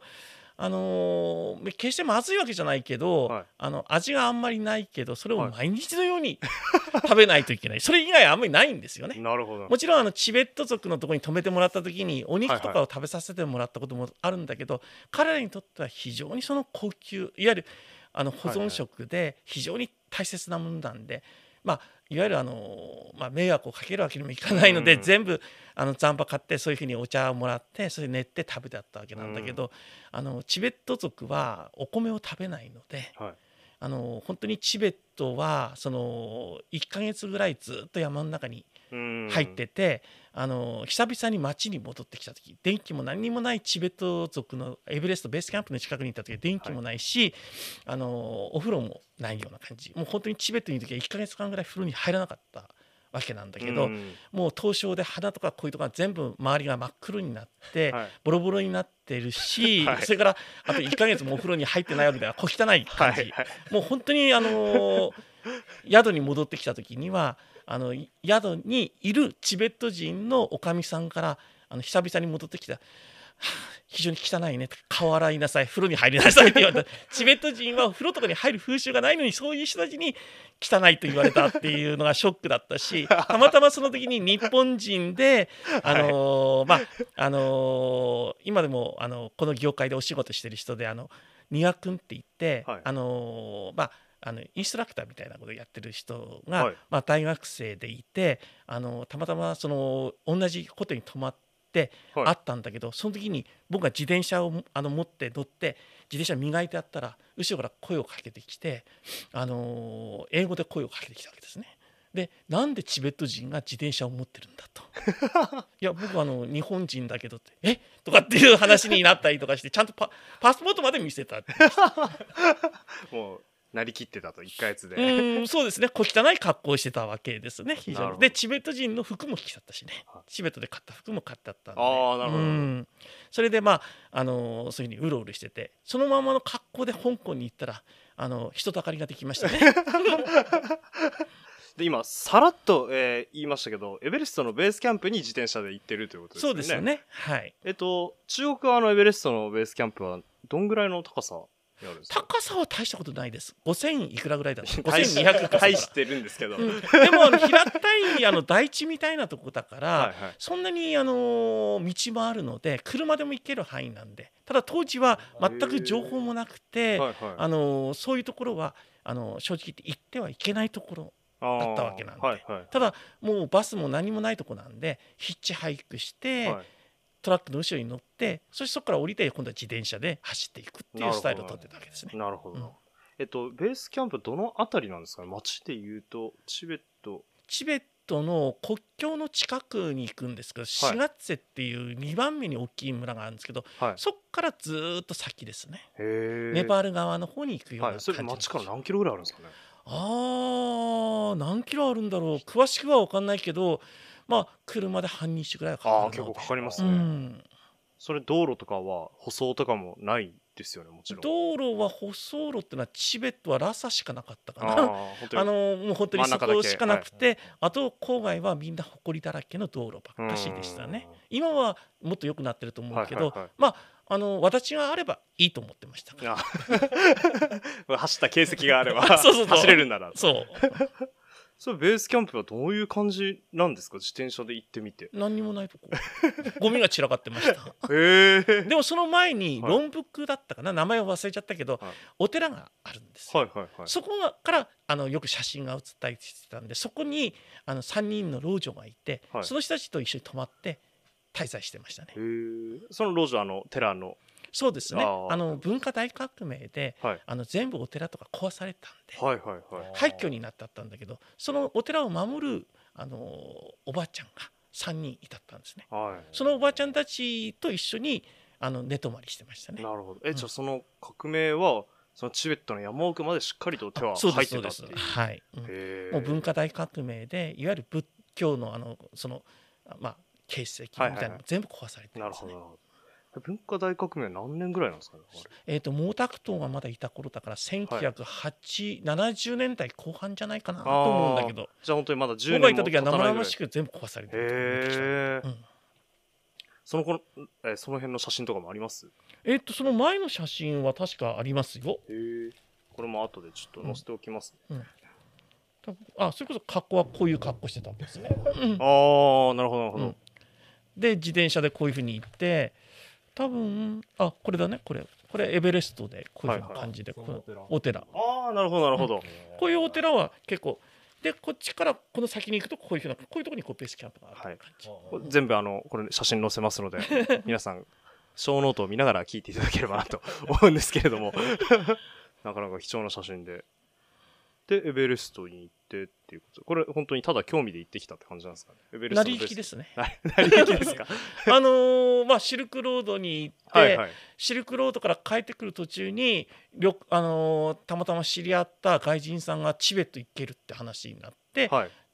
決してまずいわけじゃないけど、味があんまりないけど、それを毎日のように食べないといけない。それ以外はあんまりないんですよね。 なるほど。 もちろんチベット族のところに泊めてもらった時にお肉とかを食べさせてもらったこともあるんだけど、彼らにとっては非常にその高級、いわゆる保存食で非常に大切なものなんで、いわゆる迷惑をかけるわけにもいかないので、全部残飯買ってそういうふうにお茶をもらってそれ練って食べてあったわけなんだけど、チベット族はお米を食べないので、本当にチベットは1ヶ月ぐらいずっと山の中に入ってて、久々に町に戻ってきた時、電気も何にもないチベット族のエベレストベースキャンプの近くに行った時は電気もないし、お風呂もないような感じ、もう本当にチベットにいる時は1ヶ月間ぐらい風呂に入らなかったわわけなんだけど、もう凍傷で鼻とかこういうところが全部周りが真っ黒になって、ボロボロになってるし、それからあと1ヶ月もお風呂に入ってないわけでは小汚い感じ、もう本当に宿に戻ってきた時には宿にいるチベット人のおかみさんから久々に戻ってきた、非常に汚いね、顔洗いなさい、風呂に入りなさいって言われた。チベット人は風呂とかに入る風習がないのに、そういう人たちに汚いと言われたっていうのがショックだったし、たまたまその時に日本人で今でもこの業界でお仕事してる人で丹羽君って言って、インストラクターみたいなことをやってる人が、大学生でいて、たまたま同じホテルに泊まってあったんだけど、その時に僕が自転車を持って乗って自転車磨いてあったら、後ろから声をかけてきて、英語で声をかけてきたわけですね。で、なんでチベット人が自転車を持ってるんだといや僕は日本人だけどってとかっていう話になったりとかして、ちゃんとパスポートまで見せたもうなりきってたと1ヶ月でそうですね、小汚い格好をしてたわけですね、非常に。でチベット人の服も着ちゃったしね、チベットで買った服も買ってあったんで、 なるほど。 それでそういうふうにうろうろしてて、そのままの格好で香港に行ったら人だかりができましたねで今さらっと、言いましたけど、エベレストのベースキャンプに自転車で行ってるということですよね。 そうですよね。はい。 中国側のエベレストのベースキャンプはどんぐらいの高さにあるんですか？ 高さは大したことないです。5000いくらぐらいだった。5200か。 大してるんですけど、 でも平たい台地みたいなとこだからそんなに道もあるので車でも行ける範囲なんで。ただ当時は全く情報もなくて、そういうところは正直言って行ってはいけないところだったわけなんで、ただもうバスも何もないとこなんでヒッチハイクして、トラックの後ろに乗って、そしてそこから降りて今度は自転車で走っていくっていうスタイルを取ってたわけですね。 なるほど。ベースキャンプどのあたりなんですかね？街でいうとチベットの国境の近くに行くんですけど、シガッツェっていう2番目に大きい村があるんですけど、そこからずっと先ですね。ネパール側の方に行くような感じ。 それ街から何キロぐらいあるんですかね？ 何キロあるんだろう、詳しくは分かんないけど、車で半日ぐらいはかかる。 結構かかりますね。それ道路とかは舗装とかもないですよね？もちろん道路は舗装路ってのはチベットはラサしかなかったかな。もう本当にそこしかなくて、あと郊外はみんな埃だらけの道路ばっかしでしたね。今はもっと良くなってると思うけど、私があればいいと思ってましたから走った形跡があれば走れるんだな。それベースキャンプはどういう感じなんですか？自転車で行ってみて。 何にもないとこゴミが散らかってましたでもその前にロンブックだったかな、名前を忘れちゃったけど、お寺があるんですよ。そこからよく写真が写ったりしてたんで、そこに3人の老女がいて、その人たちと一緒に泊まって滞在してましたね。 その老女寺の。 そうですね。文化大革命で、全部お寺とか壊されたんで、廃墟になってあったんだけど、そのお寺を守るおばあちゃんが3人いたったんですね。そのおばあちゃんたちと一緒に寝泊まりしてましたね。 なるほど。じゃあその革命はそのチベットの山奥までしっかりと手は入ってたっていう。 はい。もう文化大革命でいわゆる仏教の形跡みたいなの全部壊されてるんですね。なるほど。 文化大革命何年ぐらいなんですかね？ 毛沢東がまだいた頃だから1970年代後半じゃないかなと思うんだけど、 じゃあ本当にまだ10年僕がいた時は生々しく全部壊されてる。 その辺の写真とかもあります？ その前の写真は確かありますよ。 これも後でちょっと載せておきます。 それこそ格好はこういう格好してたんですね。 なるほどなるほど。 で自転車でこういうふうに行って、多分これだね、これエベレストでこういう感じで、お寺。 なるほどなるほど。 こういうお寺は結構で、こっちからこの先に行くとこういうところにベースキャンプがある感じ。 全部これ写真載せますので皆さん小ノートを見ながら聞いていただければなと思うんですけれどもなかなか貴重な写真で。でエベレストに行ってっていうこと、これ本当にただ興味で行ってきたって感じなんですかね？エベレスト成り行きですね。 成り行きですか？ シルクロードに行って、シルクロードから帰ってくる途中にたまたま知り合った外人さんがチベット行けるって話になって、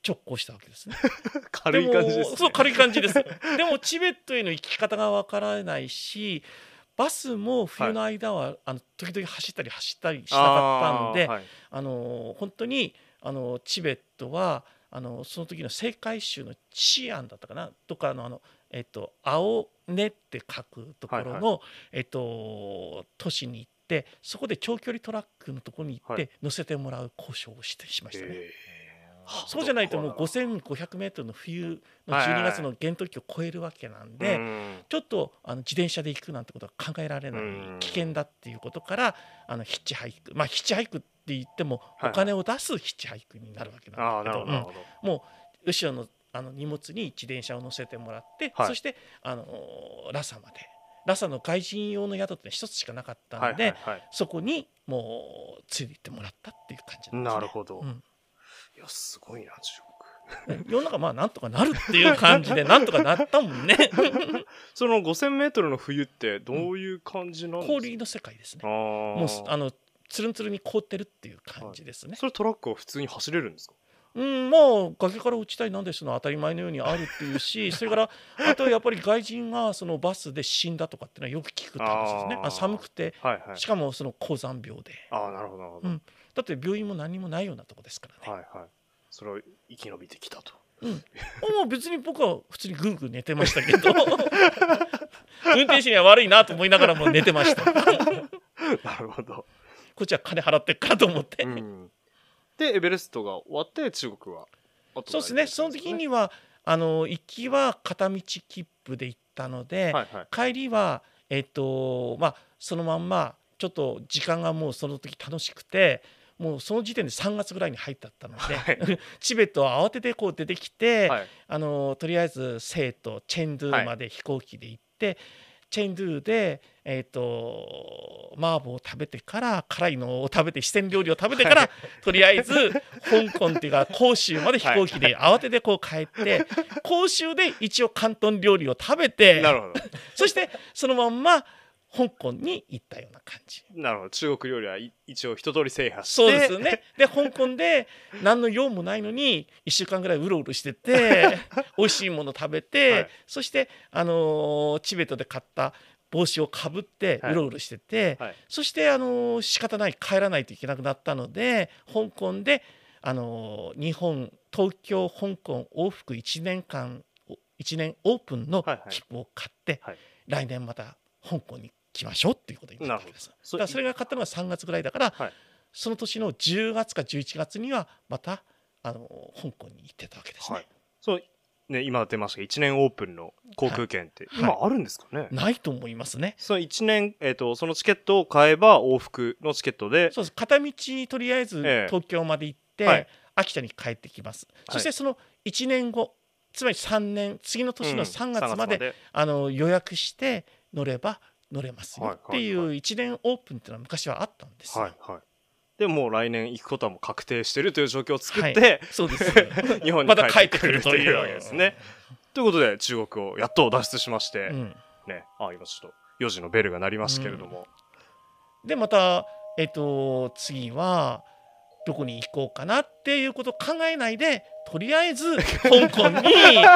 直行したわけですね。 軽い感じですね。 そう軽い感じです。でもチベットへの行き方がわからないし、バスも冬の間は、時々走ったりしなかったんで、本当にチベットはその時の青海州のチアンだったかなとか青根って書くところの、都市に行って、そこで長距離トラックのところに行って乗せてもらう交渉をしましたね。そうじゃないともう5500メートルの冬の12月の厳冬期を超えるわけなんで、ちょっと自転車で行くなんてことは考えられない、危険だっていうことからヒッチハイク、ヒッチハイクって言ってもお金を出すヒッチハイクになるわけなんだけど、もう後ろの荷物に自転車を乗せてもらって、そしてラサまで。ラサの外人用の宿って一つしかなかったので、そこにもうついていってもらったっていう感じなんですね。 なるほど。いやすごいな中国。世の中なんとかなるっていう感じでなんとかなったもんね。 その5000メートルの冬ってどういう感じなんですか？ 氷の世界ですね。もうつるんつるに凍ってるっていう感じですね。 それトラックは普通に走れるんですか？ 崖から落ちたいなんですの当たり前のようにあるっていうし、それからあとやっぱり外人がそのバスで死んだとかっていうのはよく聞くって話ですね。寒くて、しかもその高山病で。 なるほどなるほど。 だって病院も何もないようなとこですからね。 それを生き延びてきたと。 別に僕は普通にぐんぐん寝てましたけど運転手には悪いなと思いながらも寝てました。 なるほど。 こっちは金払ってっからと思って。 でエベレストが終わって中国はそうですね。その時には行きは片道切符で行ったので、帰りはそのまんまちょっと時間がもうその時楽しくて、もうその時点で3月ぐらいに入ったので、チベットは慌ててこう出てきて、とりあえず成都チェンドゥまで飛行機で行って、チェンドゥで麻婆を食べてから辛いのを食べて四川料理を食べてから、とりあえず香港っていうか広州まで飛行機で慌ててこう帰って、広州で一応広東料理を食べて、そしてそのまんま香港に行ったような感じ。 なるほど。中国料理は一応一通り制覇して。 そうですよね。で香港で何の用もないのに1週間ぐらいうろうろしてて美味しいもの食べて、そしてチベットで買った帽子をかぶってうろうろしてて、そして仕方ない帰らないといけなくなったので、香港で日本東京香港往復1年オープンの切符を買って、来年また香港に来ましょうっていうことになったわけです。だからそれが買ったのが3月ぐらいだから、その年の10月か11月にはまた香港に行ってたわけですね。 そうね、今出ましたが1年オープンの航空券って今あるんですかね？ ないと思いますね。 その1年、そのチケットを買えば往復のチケットで、 そうです。片道とりあえず東京まで行って、秋田に帰ってきます。そしてその1年後、つまり3年次の年の3月まで、予約して乗れば乗れますよっていう1年オープンっていうのは昔はあったんですよ。 でもう来年行くことはもう確定しているという状況を作って、 そうです日本に帰ってくるというわけですね。ということで中国をやっと脱出しまして、ね、今ちょっと4時のベルが鳴りますけれども、 でまた次はどこに行こうかなっていうことを考えないで、とりあえず香港に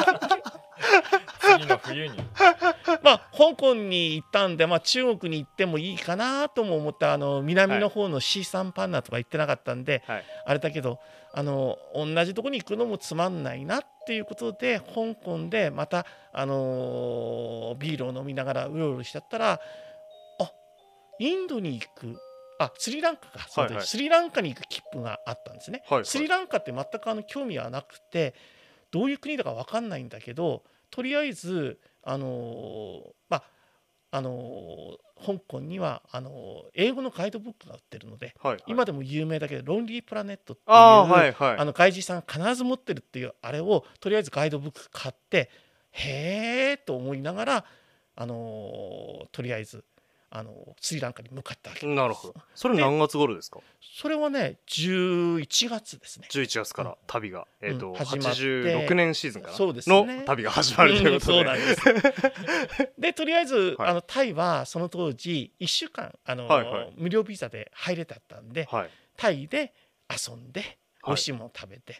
次の冬に香港に行ったんで、中国に行ってもいいかなとも思って、南の方のシーサンパンナとか行ってなかったんで、あれだけど同じとこに行くのもつまんないなっていうことで、香港でまた、ビールを飲みながらうろうろしちゃったら、インドに行くスリランカか、スリランカに行く切符があったんですね。スリランカって全く興味はなくて、どういう国だか分かんないんだけど、とりあえず香港には英語のガイドブックが売ってるので、今でも有名だけどロンリープラネットっていう外人さんが必ず持ってるっていうあれをとりあえずガイドブック買って、へーと思いながらとりあえずスリランカに向かったわけです。 なるほど。それ何月頃ですか？ それはね11月ですね。 11月から旅が、 始まって 86年シーズンかな、 そうですね、 の旅が始まるということで、 そうなんですでとりあえず、タイはその当時1週間無料ビザで入れたんで、タイで遊んで美味しいものを食べて、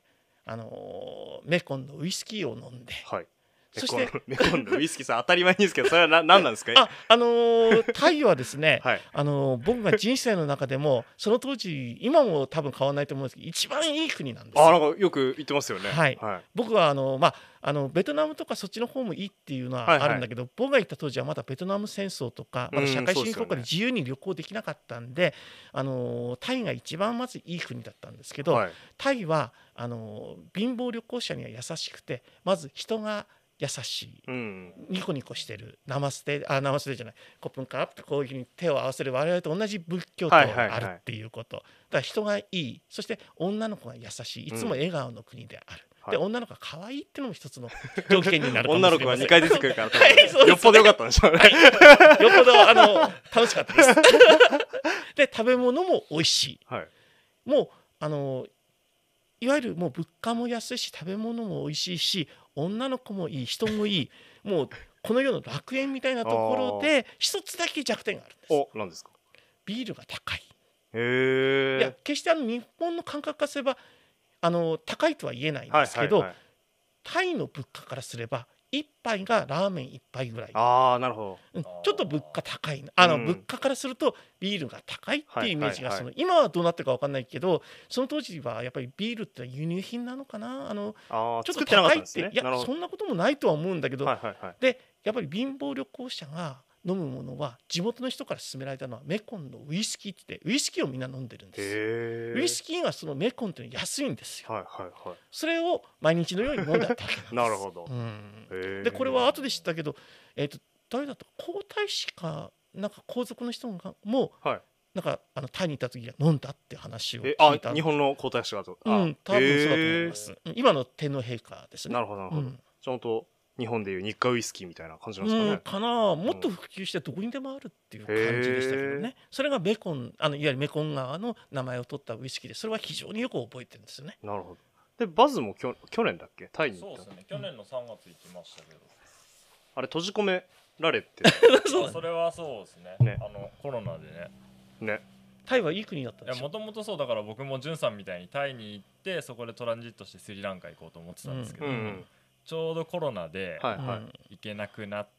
メコンのウイスキーを飲んで、 はい、 そしてメコンのウイスキーさん当たり前にですけど、それは何なんですか？ タイはですね、 はい、 僕が人生の中でもその当時今も多分変わらないと思うんですけど一番いい国なんですよ。 なんかよく言ってますよね。 はい、僕はベトナムとかそっちの方もいいっていうのはあるんだけど、僕が行った当時はまだベトナム戦争とかまだ社会主義国家で自由に旅行できなかったんで、タイが一番まずいい国だったんですけど、タイは貧乏旅行者には優しくて、まず人が優しい、ニコニコしてる、ナマステじゃない、コップンカーってこういうふうに手を合わせる我々と同じ仏教徒があるっていうこと、だから人がいい、そして女の子が優しい、いつも笑顔の国である、で女の子が可愛いっていうのも一つの条件になるかもしれません。 女の子が2回出てくるからよっぽどよかったんでしょうね。 よっぽど楽しかったです。で食べ物も美味しい、もういわゆるもう物価も安いし食べ物も美味しいし女の子もいい、人もいい、もうこの世の楽園みたいなところで一つだけ弱点があるんです。 何ですか？ ビールが高い。 いや決して日本の感覚からすれば高いとは言えないんですけど、タイの物価からすれば1杯がラーメン1杯ぐらい。 なるほど。ちょっと物価高い物価からするとビールが高いっていうイメージが今はどうなってるか分かんないけど、その当時はやっぱりビールって輸入品なのかな、ちょっと高いって、いやそんなこともないとは思うんだけど、でやっぱり貧乏旅行者が飲むものは地元の人から勧められたのはメコンのウイスキーって言って、ウイスキーをみんな飲んでるんです。ウイスキーがそのメコンっていうのは安いんですよ。それを毎日のように飲んだわけなんです。 なるほど。 でこれは後で知ったけど、誰だと皇太子かなんか皇族の人がもう、なんかタイにいた時は飲んだって話を聞いた。 日本の皇太子がと。 多分そうだと思います。今の天皇陛下ですね。 なるほどなるほど。ちゃんと日本でいう日課ウイスキーみたいな感じなんですかね。 もっと普及してどこにでもあるっていう感じでしたけどね。それがメコン、いわゆるメコン川の名前を取ったウイスキーで、それは非常によく覚えてるんですよね。 なるほど。でバズも去年だっけ、タイに行った。 そうですね、去年の3月行きましたけど、 あれ閉じ込められてそれはそうですね、コロナでね。 タイはいい国だったんですよ。 もともとそうだから、僕もジュンさんみたいにタイに行ってそこでトランジットしてスリランカ行こうと思ってたんですけど、ちょうどコロナで行けなくなって、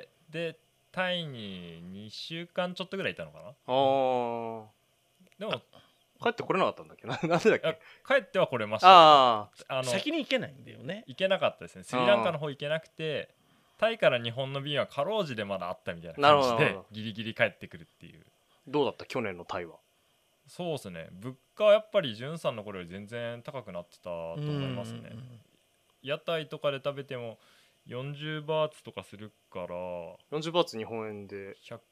でタイに2週間ちょっとぐらいいたのかな。でも帰ってこれなかったんだっけなんでだっけ。 帰っては来れましたけど、 先に行けないんだよね。 行けなかったですね。スリランカの方行けなくて、タイから日本の便はかろうじでまだあったみたいな感じでギリギリ帰ってくるっていう。 どうだった去年のタイは。 そうですね、物価はやっぱりジュンさんの頃より全然高くなってたと思いますね。屋台とかで食べても40バーツとかするから、 40バーツ日本円で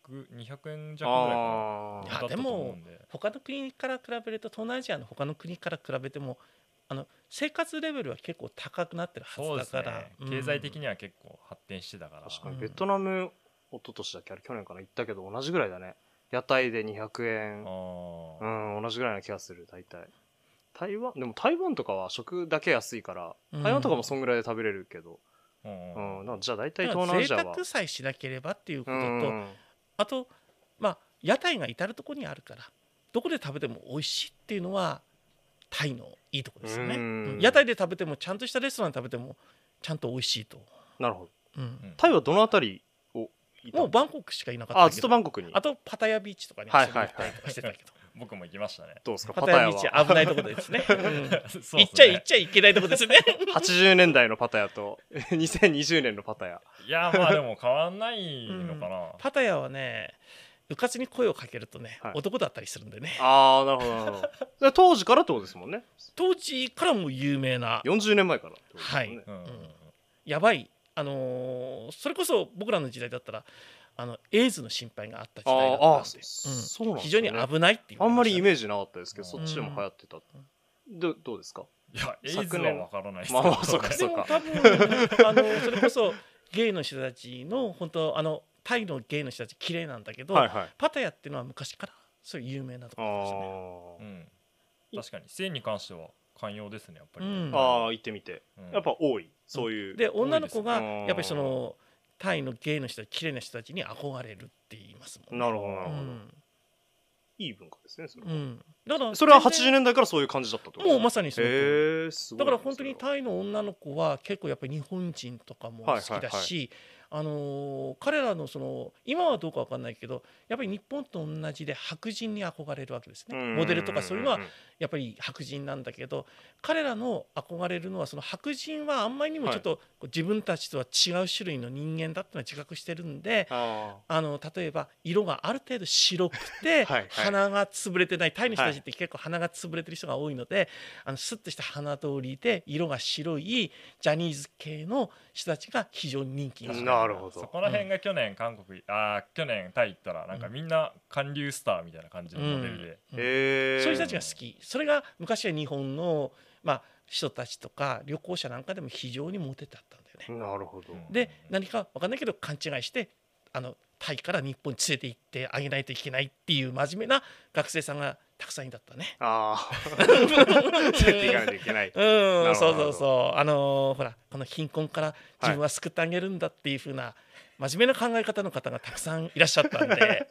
200円弱ぐらいかな。 でも他の国から比べると、東南アジアの他の国から比べても生活レベルは結構高くなってるはずだから、 経済的には結構発展してたから。 確かにベトナム一昨年だっけ、あれ去年かな行ったけど同じぐらいだね。屋台で200円、同じぐらいな気がする。大体台湾でも台湾とかは食だけ安いから、台湾とかもそんぐらいで食べれるけど、じゃあ大体東南アジアは贅沢さえしなければっていうことと、あと屋台が至るところにあるからどこで食べても美味しいっていうのはタイのいいところですよね。屋台で食べてもちゃんとしたレストランで食べてもちゃんと美味しいと。 なるほど。タイはどのあたりをもうバンコクしかいなかったけど、 ずっとバンコクに。 あとパタヤビーチとかに遊びに行ったりとかしてたけど僕も行きましたね。 どうですかパタヤビーチ。危ないところですね。行っちゃいけないところですね。 80年代のパタヤと2020年のパタヤ。 いやまあでも変わんないのかな。 パタヤはね、うかつに声をかけるとね、男だったりするんでね。 なるほどなるほど。当時からってことですもんね。 当時からも有名な。 40年前から。 はい。やばい。それこそ僕らの時代だったらエイズの心配があった時代だったんで、非常に危ないっていう。 あんまりイメージなかったですけど、そっちでも流行ってた。どうですか。 いやエイズは分からないですけど、そうかでも多分それこそゲイの人たちの本当タイのゲイの人たち綺麗なんだけど、パタヤっていうのは昔からそういう有名なところですね。 確かに性に関しては寛容ですね、やっぱり。 行ってみてやっぱ多い、そういう。 で女の子がやっぱりそのタイのゲイの人たち、綺麗な人たちに憧れるって言いますもんね。 なるほどなるほど。 いい文化ですねそれは。 だからそれは80年代からそういう感じだったと。 もうまさにその通り。だから本当ににタイの女の子は結構やっぱり日本人とかも好きだし、彼らのその今はどうか分かんないけどやっぱり日本と同じで白人に憧れるわけですね。モデルとかそういうのはやっぱり白人なんだけど、彼らの憧れるのはその白人はあんまりにもちょっと自分たちとは違う種類の人間だっていうのは自覚してるんで、例えば色がある程度白くて鼻が潰れてない、タイの人たちって結構鼻が潰れてる人が多いので、スッとした鼻通りで色が白いジャニーズ系の人たちが非常に人気がある。 なるほど。 そこら辺が去年去年タイ行ったらなんかみんな韓流スターみたいな感じのモデルで、 そういう人たちが好き。それが昔は日本の人たちとか旅行者なんかでも非常にモテてあったんだよね。 なるほど。 で何か分かんないけど勘違いしてタイから日本に連れて行ってあげないといけないっていう真面目な学生さんがたくさんいだったね。 連れて行かないといけない。 そうそうそう。ほらこの貧困から自分は救ってあげるんだっていう風な真面目な考え方の方がたくさんいらっしゃったんで。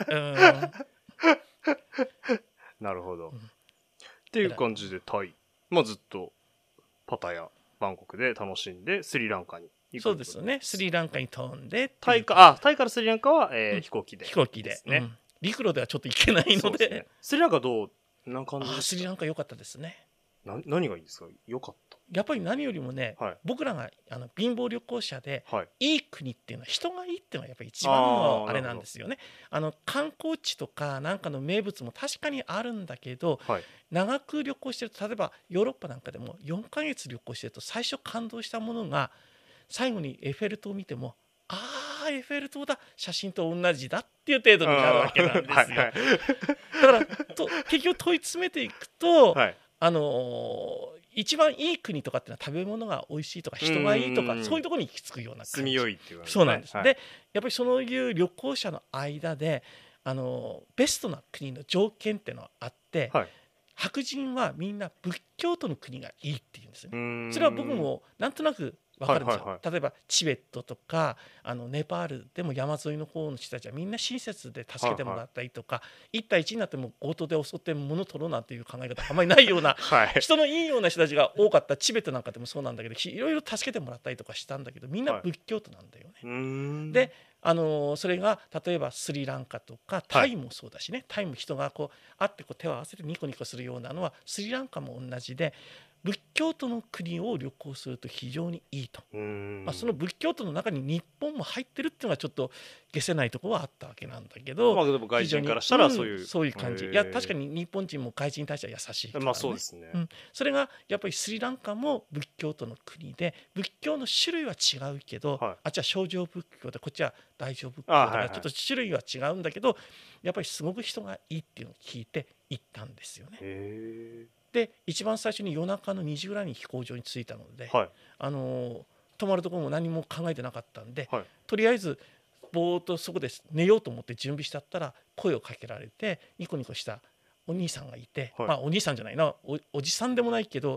なるほど。っていう感じでタイ、ずっとパタヤ、バンコクで楽しんでスリランカに行く。 そうですよね。スリランカに飛んでタイからスリランカは、飛行機でね。陸路ではちょっと行けないので。 スリランカどうな感じですか？ スリランカ良かったですね。 何がいいですか？良かった。 やっぱり何よりもね、僕らが貧乏旅行者で、いい国っていうのは人がいいっていうのがやっぱり一番のあれなんですよね。観光地とかなんかの名物も確かにあるんだけど、長く旅行してると例えばヨーロッパなんかでも4ヶ月旅行してると最初感動したものが最後にエッフェル塔を見てもエッフェル塔だ写真と同じだっていう程度になるわけなんですよ。だから結局問い詰めていくと、一番いい国とかっていうのは食べ物が美味しいとか人がいいとかそういうところに行き着くような感じ。 住みよいっていう、 そうなんです。でやっぱりそういう旅行者の間でベストな国の条件っていうのがあって、白人はみんな仏教徒の国がいいっていうんですよね。それは僕もなんとなく分かるんですよ。例えばチベットとかネパールでも山沿いの方の人たちはみんな親切で助けてもらったりとか、1対1になっても強盗で襲って物取ろうなんていう考え方あんまりないような人のいいような人たちが多かったチベットなんかでもそうなんだけど、いろいろ助けてもらったりとかしたんだけどみんな仏教徒なんだよね。でそれが例えばスリランカとかタイもそうだしね、タイも人が会って手を合わせてニコニコするようなのはスリランカも同じで、仏教徒の国を旅行すると非常にいいと。その仏教徒の中に日本も入ってるっていうのがちょっと消せないところはあったわけなんだけど、 でも外人からしたらそういう感じ。いや確かに日本人も外人に対しては優しいからね。 そうですね。 それがやっぱりスリランカも仏教徒の国で仏教の種類は違うけど、あっちは小乗仏教でこっちは大乗仏教だからちょっと種類は違うんだけど、やっぱりすごく人がいいっていうのを聞いて行ったんですよね。で一番最初に夜中の2時ぐらいに飛行場に着いたので、泊まるところも何も考えてなかったんで、とりあえずぼーっとそこで寝ようと思って準備してあったら声をかけられてニコニコしたお兄さんがいて、お兄さんじゃないな おじさんでもないけど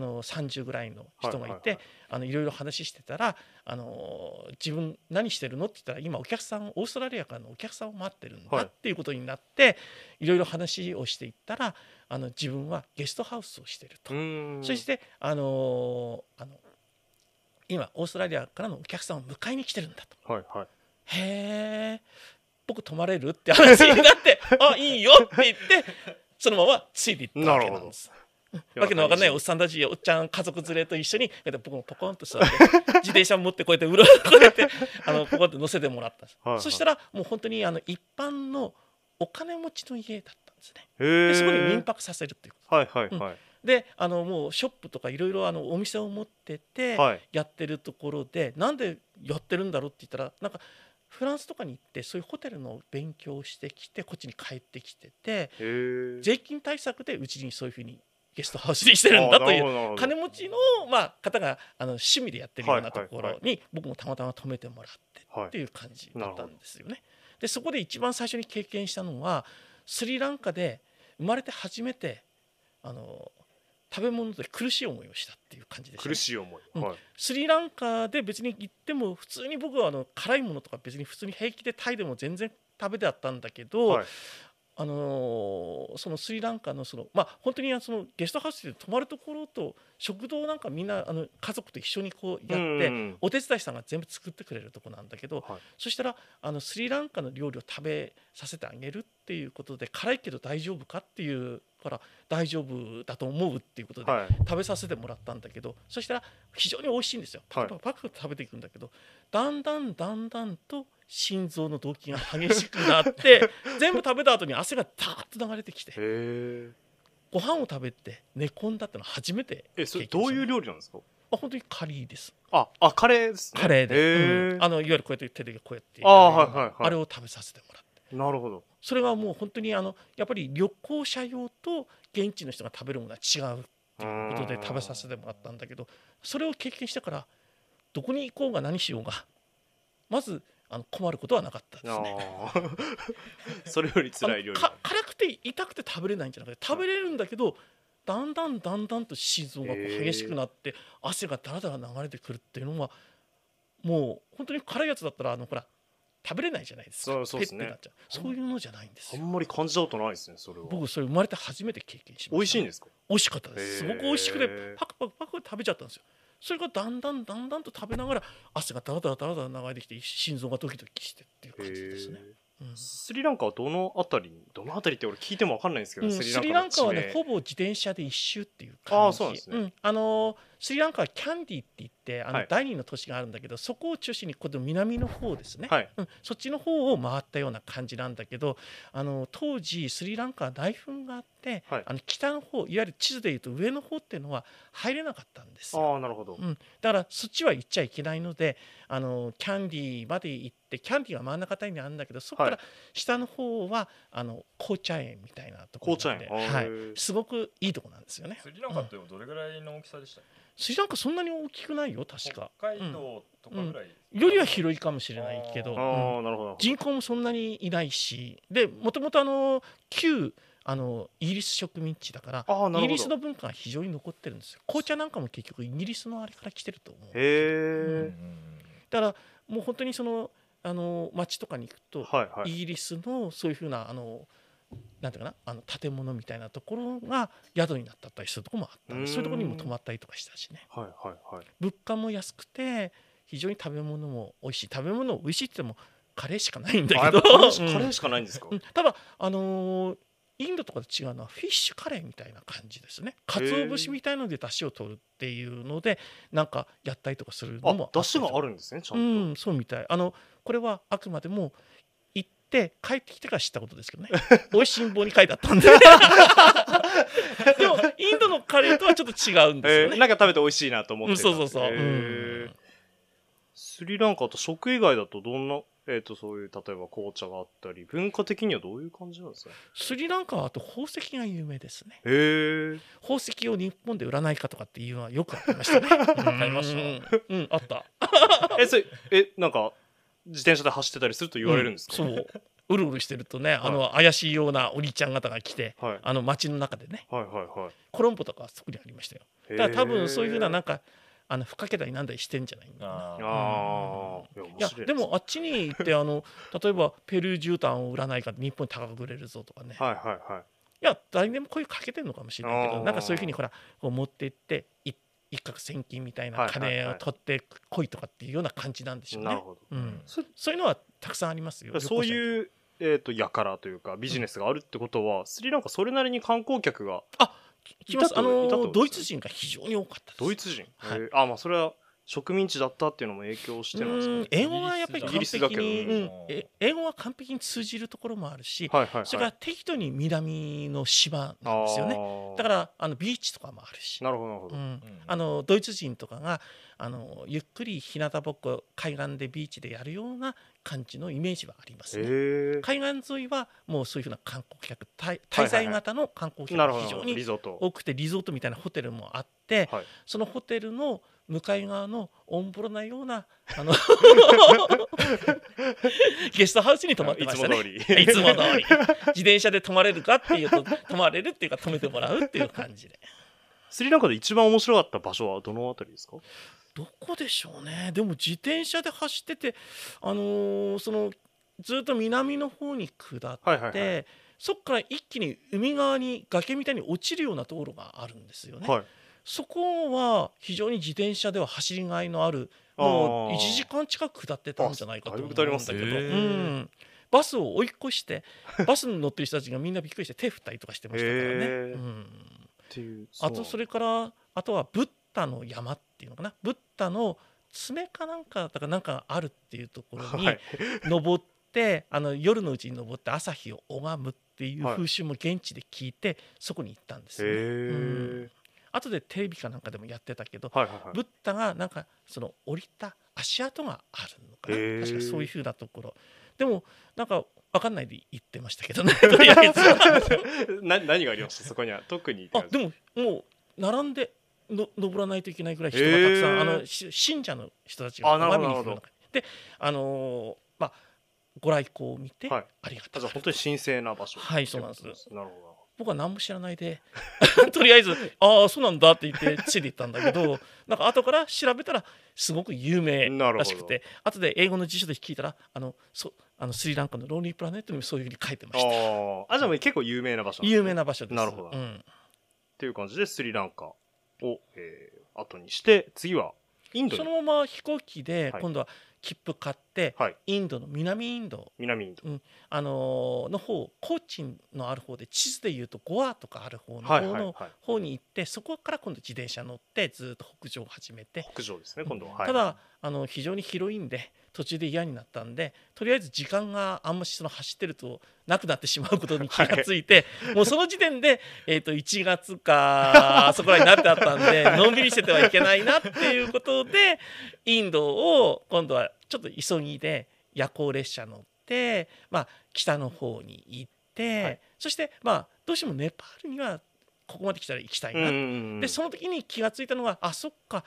30ぐらいの人がいて、いろいろ話してたら自分何してるのって言ったら今オーストラリアからのお客さんを待ってるんだっていうことになって、いろいろ話をしていったら自分はゲストハウスをしてると。そして今オーストラリアからのお客さんを迎えに来てるんだと。へえ僕泊まれるって話になってあいいよって言ってそのままついていったわけなんです。わけのわかんないおっさんたちおっちゃん家族連れと一緒に僕もポコンと座って自転車持ってこうやってうろうろこうやってポコンと乗せてもらったんです。そしたらもう本当に一般のお金持ちの家だったんですね。でそこに民泊させるっていうこと。でもうショップとかいろいろお店を持っててやってるところで、なんでやってるんだろうって言ったらなんかフランスとかに行ってそういうホテルの勉強をしてきてこっちに帰ってきてて、税金対策でうちにそういうふうにゲストハウスにしてるんだという金持ちの方が趣味でやってるようなところに僕もたまたま泊めてもらってっていう感じだったんですよね。でそこで一番最初に経験したのはスリランカで生まれて初めて食べ物で苦しい思いをしたっていう感じでした、ね。苦しい思い、スリランカで別に行っても普通に僕は辛いものとか別に普通に平気でタイでも全然食べてあったんだけど、 そのスリランカの本当にそのゲストハウスで泊まるところと食堂なんかみんな家族と一緒にこうやってお手伝いさんが全部作ってくれるとこなんだけど、そしたらスリランカの料理を食べさせてあげるっていうことで、辛いけど大丈夫かっていうから大丈夫だと思うっていうことで食べさせてもらったんだけど、そしたら非常に美味しいんですよ。パクパク食べていくんだけど、だんだんと心臓の動悸が激しくなって全部食べた後に汗がダーッと流れてきて、ご飯を食べて寝込んだってのは初めて経験しました。 それどういう料理なんですか？ 本当にカレーです。 カレーですね。 カレーで、いわゆるこうやって手でこうやってあれを食べさせてもらって。 なるほど。 それがもう本当にやっぱり旅行者用と現地の人が食べるものは違うっていうことで食べさせてもらったんだけど、それを経験してからどこに行こうが何しようがまず困ることはなかったですね。 それより辛い料理。 辛くて痛くて食べれないんじゃなくて、食べれるんだけどだんだんと心臓が激しくなって汗がダラダラ流れてくるっていうのは、もう本当に辛いやつだったらほら食べれないじゃないですか。 そうですね。 そういうのじゃないんですよ。 あんまり感じたことないですね、それは。 僕それ生まれて初めて経験しました。 美味しいんですか？ 美味しかったです。すごく美味しくてパクパク食べちゃったんですよ。それがだんだんと食べながら汗がダラダラ流れてきて心臓がドキドキしてっていう感じですね。 スリランカはどのあたりって俺聞いても分かんないんですけど、 スリランカはねほぼ自転車で一周っていう感じ。 そうなんですね。 スリランカはキャンディって言って第2の都市があるんだけど、そこを中心に今度南の方ですね、そっちの方を回ったような感じなんだけど、当時スリランカは大噴があって、北の方、いわゆる地図でいうと上の方っていうのは入れなかったんですよ。 なるほど。 だからそっちは行っちゃいけないので、キャンディまで行って、キャンディが真ん中あたりにあるんだけど、そこから下の方は紅茶園みたいなところで、すごくいいところなんですよね。 スリランカってどれぐらいの大きさでしたっけ？ スリランカそんなに大きくないよ、確か。 北海道とかぐらい、 よりは広いかもしれないけど、人口もそんなにいないし、でもともと旧イギリス植民地だからイギリスの文化が非常に残ってるんですよ。紅茶なんかも結局イギリスのあれから来てると思う。だからもう本当に町とかに行くと、イギリスのそういうふうななんていうかな、建物みたいなところが宿になったりするところもあったんで、そういうところにも泊まったりとかしたしね。物価も安くて非常に食べ物も美味しい。食べ物美味しいって言ってもカレーしかないんだけど、 カレーしかないんですか？ ただインドとかで違うのはフィッシュカレーみたいな感じですね。鰹節みたいなので出汁を取るっていうのでなんかやったりとかするのも出汁があるんですね、ちゃんと。 そうみたい。これはあくまでも行って帰ってきてから知ったことですけどね。美味しんぼに書いてあったんででもインドのカレーとはちょっと違うんですよね。 なんか食べて美味しいなと思ってた。 そうスリランカと食以外だとどんなそういう例えば紅茶があったり、文化的にはどういう感じなんですか？ スリランカはあと宝石が有名ですね。宝石を日本で売らないかとかっていうのはよくありましたね。 買いました。 あった。 それなんか自転車で走ってたりすると言われるんですか？ そううるうるしてるとね、怪しいようなお兄ちゃん方が来て、街の中でね、コロンボとかそこにありましたよ。だから多分そういうふうななんかふかけたりなんだりしてんじゃないかな。いやでもあっちに行って例えばペルー絨毯を売らないか日本に高く売れるぞとかね。いや誰にでも声かけてるのかもしれないけど、なんかそういうふうにほらこう持って行って一攫千金みたいな金を取ってこいとかっていうような感じなんでしょうね。そういうのはたくさんありますよ。 そういうやからというかビジネスがあるってことは、スリランカそれなりに観光客が来ます。ドイツ人が非常に多かったです。 ドイツ人、それは植民地だったっていうのも影響してるんですかね。 英語はやっぱり完璧に、英語は完璧に通じるところもあるし、それから適度に南の島なんですよね。だからビーチとかもあるし。 なるほど。 ドイツ人とかがゆっくり日向ぼっこ海岸でビーチでやるような感じのイメージはありますね。海岸沿いはもうそういうふうな観光客滞在型の観光客が非常に多くて、リゾートみたいなホテルもあって、そのホテルの向かい側のオンボロなようなゲストハウスに泊まってましたね。いつも通り自転車で泊まれるかっていうと泊まれるっていうか泊めてもらうっていう感じで。 スリランカで一番面白かった場所はどのあたりですか？ どこでしょうね。でも自転車で走っててずっと南の方に下って、 そこから一気に海側に崖みたいに落ちるようなところがあるんですよね。そこは非常に自転車では走りがいのある、もう1時間近く下ってたんじゃないかと思うんだけど、バスを追い越してバスに乗ってる人たちがみんなびっくりして手振ったりとかしてましたからね。あとそれからあとはブッダの山っていうのかな、ブッダの爪かなんかだからなんかがあるっていうところに登って、夜のうちに登って朝日を拝むっていう風習も現地で聞いてそこに行ったんですよね。後でテレビかなんかでもやってたけど、ブッダがなんかその降りた足跡があるのかな、確かそういう風なところでもなんか分かんないで言ってましたけどね。とりあえず何がありましたそこには特に。 でももう並んで登らないといけないぐらい人がたくさん、信者の人たちが拝みに来る中で、ご来光を見て、ありがとう。 本当に神聖な場所。 はい、そうなんです。 なるほど。 僕は何も知らないでとりあえずそうなんだって言ってついていったんだけど、なんか後から調べたらすごく有名らしくて、後で英語の辞書で聞いたらスリランカのローリープラネットにもそういうふうに書いてました。 じゃあ結構有名な場所。 有名な場所です。 なるほど。っていう感じでスリランカを後にして次はインドに。 そのまま飛行機で今度は切符買って、インドの南インドの方、コーチンのある方で地図でいうとゴアとかある方の方に行って、そこから今度自転車乗ってずっと北上を始めて。 北上ですね今度は。 ただ非常に広いんで途中で嫌になったんで、とりあえず時間があんまし走ってるとなくなってしまうことに気がついて、もうその時点で1月かそこらになってあったんでのんびりしててはいけないなっていうことで、インドを今度はちょっと急ぎで夜行列車乗って、北の方に行って、そしてどうしてもネパールにはここまで来たら行きたいな。でその時に気がついたのが、そっか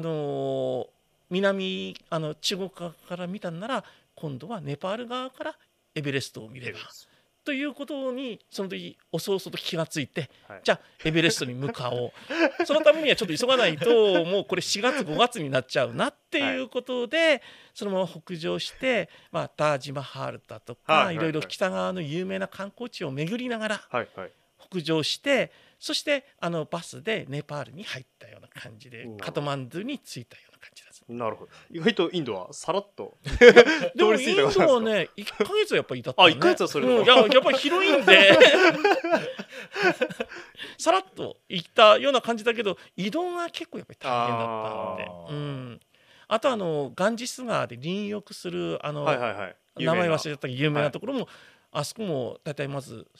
南中国側から見たんなら今度はネパール側からエベレストを見ればということにその時遅々と気がついて、じゃあエベレストに向かおうそのためにはちょっと急がないともうこれ4月5月になっちゃうなっていうことで、そのまま北上して、タージマハールだとかいろいろ北側の有名な観光地を巡りながら北上して、そしてバスでネパールに入ったような感じでカトマンズに着いたような感じです。 なるほど。意外とインドはさらっとでもインドはね1ヶ月はやっぱりいたったね。 1ヶ月はそれでも、 やっぱり広いんでさらっと行ったような感じだけど、移動が結構やっぱり大変だったんで、あとガンジス川で淋浴する名前忘れちゃったけど有名なところも、あそこもだいたいまず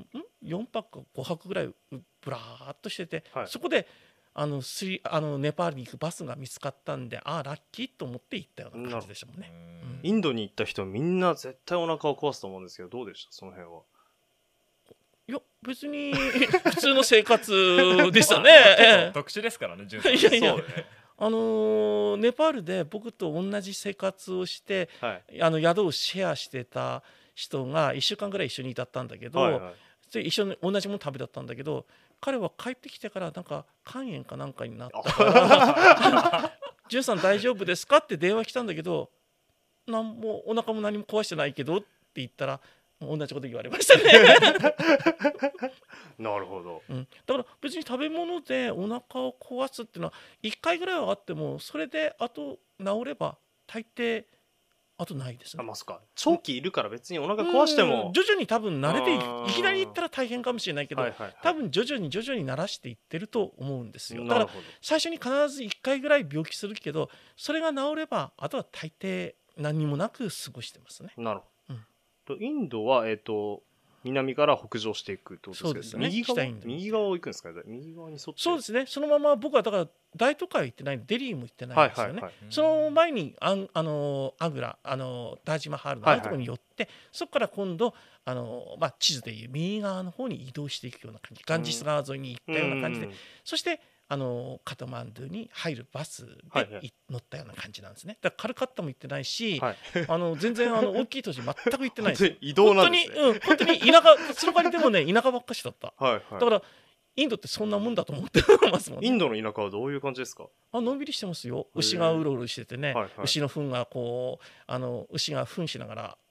4泊か5泊ぐらいぶらーっとしてて、そこでネパールに行くバスが見つかったんで、ラッキーと思って行ったような感じでしたもんね。 インドに行った人みんな絶対お腹を壊すと思うんですけど、どうでしたその辺は。 いや別に普通の生活でしたね。 特殊ですからね。 いやいやネパールで僕と同じ生活をして、宿をシェアしてた人が1週間ぐらい一緒にいたったんだけど、一緒に同じもの食べだったんだけど、彼は帰ってきてからなんか肝炎かなんかになったから「潤さん大丈夫ですか?」って電話来たんだけど、お腹も何も壊してないけどって言ったら同じこと言われましたね。 なるほど、 だから別に食べ物でお腹を壊すっていうのは1回ぐらいはあっても、それであと治れば大抵あとないですね。 長期いるから別にお腹壊しても徐々に多分慣れていきなり行ったら大変かもしれないけど、多分徐々に慣らしていってると思うんですよ。だから最初に必ず1回ぐらい病気するけど、それが治ればあとは大抵何にもなく過ごしてますね。 なるほど。インドは南から北上していくってことですけど、右側を行くんですかね。右側に沿って。 そうですね。そのまま僕はだから大都会行ってない、デリーも行ってないんですよね。その前にアグラタージマハールのあるところに寄って、そこから今度地図でいう右側の方に移動していくような感じ、ガンジス川沿いに行ったような感じで、そしてカトマンドゥに入るバスで乗ったような感じなんですね。だからカルカッタも行ってないし、全然大きい都市全く行ってないです。 移動なんですね。 本当に田舎、その代わりでもね田舎ばっかしだった。だからインドってそんなもんだと思ってますもんね。 インドの田舎はどういう感じですか？ のんびりしてますよ。牛がうろうろしててね、牛の糞が牛が糞しながら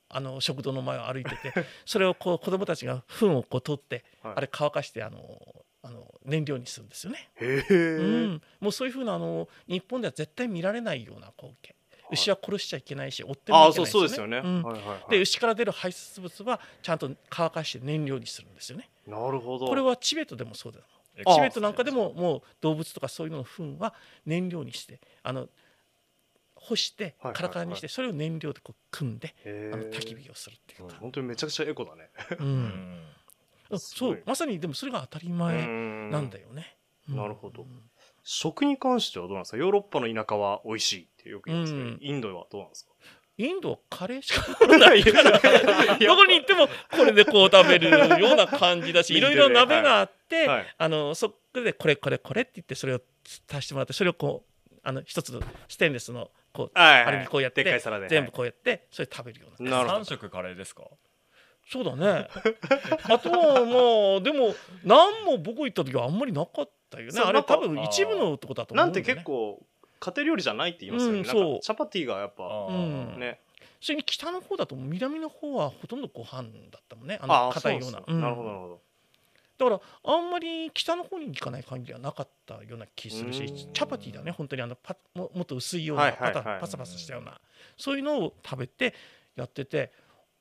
食堂の前を歩いててそれをこう子供たちが糞をこう取って、はい、あれ乾かして燃料にするんですよね。もうそういうふうな日本では絶対見られないような光景。牛は殺しちゃいけないし追ってもいけないですよね。そうですよね。で牛から出る排出物はちゃんと乾かして燃料にするんですよね。 なるほど。 これはチベットでもそうだ。チベットなんかでももう動物とかそういうのの糞は燃料にして干してカラカラにしてそれを燃料でこう組んで焚き火をするっていう。 本当にめちゃくちゃエコだね。 そうまさにでもそれが当たり前なんだよね。 なるほど。食に関してはどうなんですか。ヨーロッパの田舎は美味しいってよく言いますけど、インドはどうなんですか。インドはカレーしかないからどこに行ってもこれでこう食べるような感じだしいろいろ鍋があって、そこでこれって言ってそれを足してもらってそれをこう一つのステンレスのこうあれにこうやって全部こうやってそれ食べるような。 3食カレーですか。 そうだね。あとはまあでも何も僕行った時はあんまりなかったよね。あれ多分一部のとこだと思うんだよね。 なんて結構家庭料理じゃないって言いますよね。なんかチャパティがやっぱね。 それに北の方だと南の方はほとんどご飯だったもんね。硬いような。 なるほどなるほど。 だからあんまり北の方に行かない感じはなかったような気するし、チャパティだね。本当にもっと薄いようなパサパサしたようなそういうのを食べてやってて。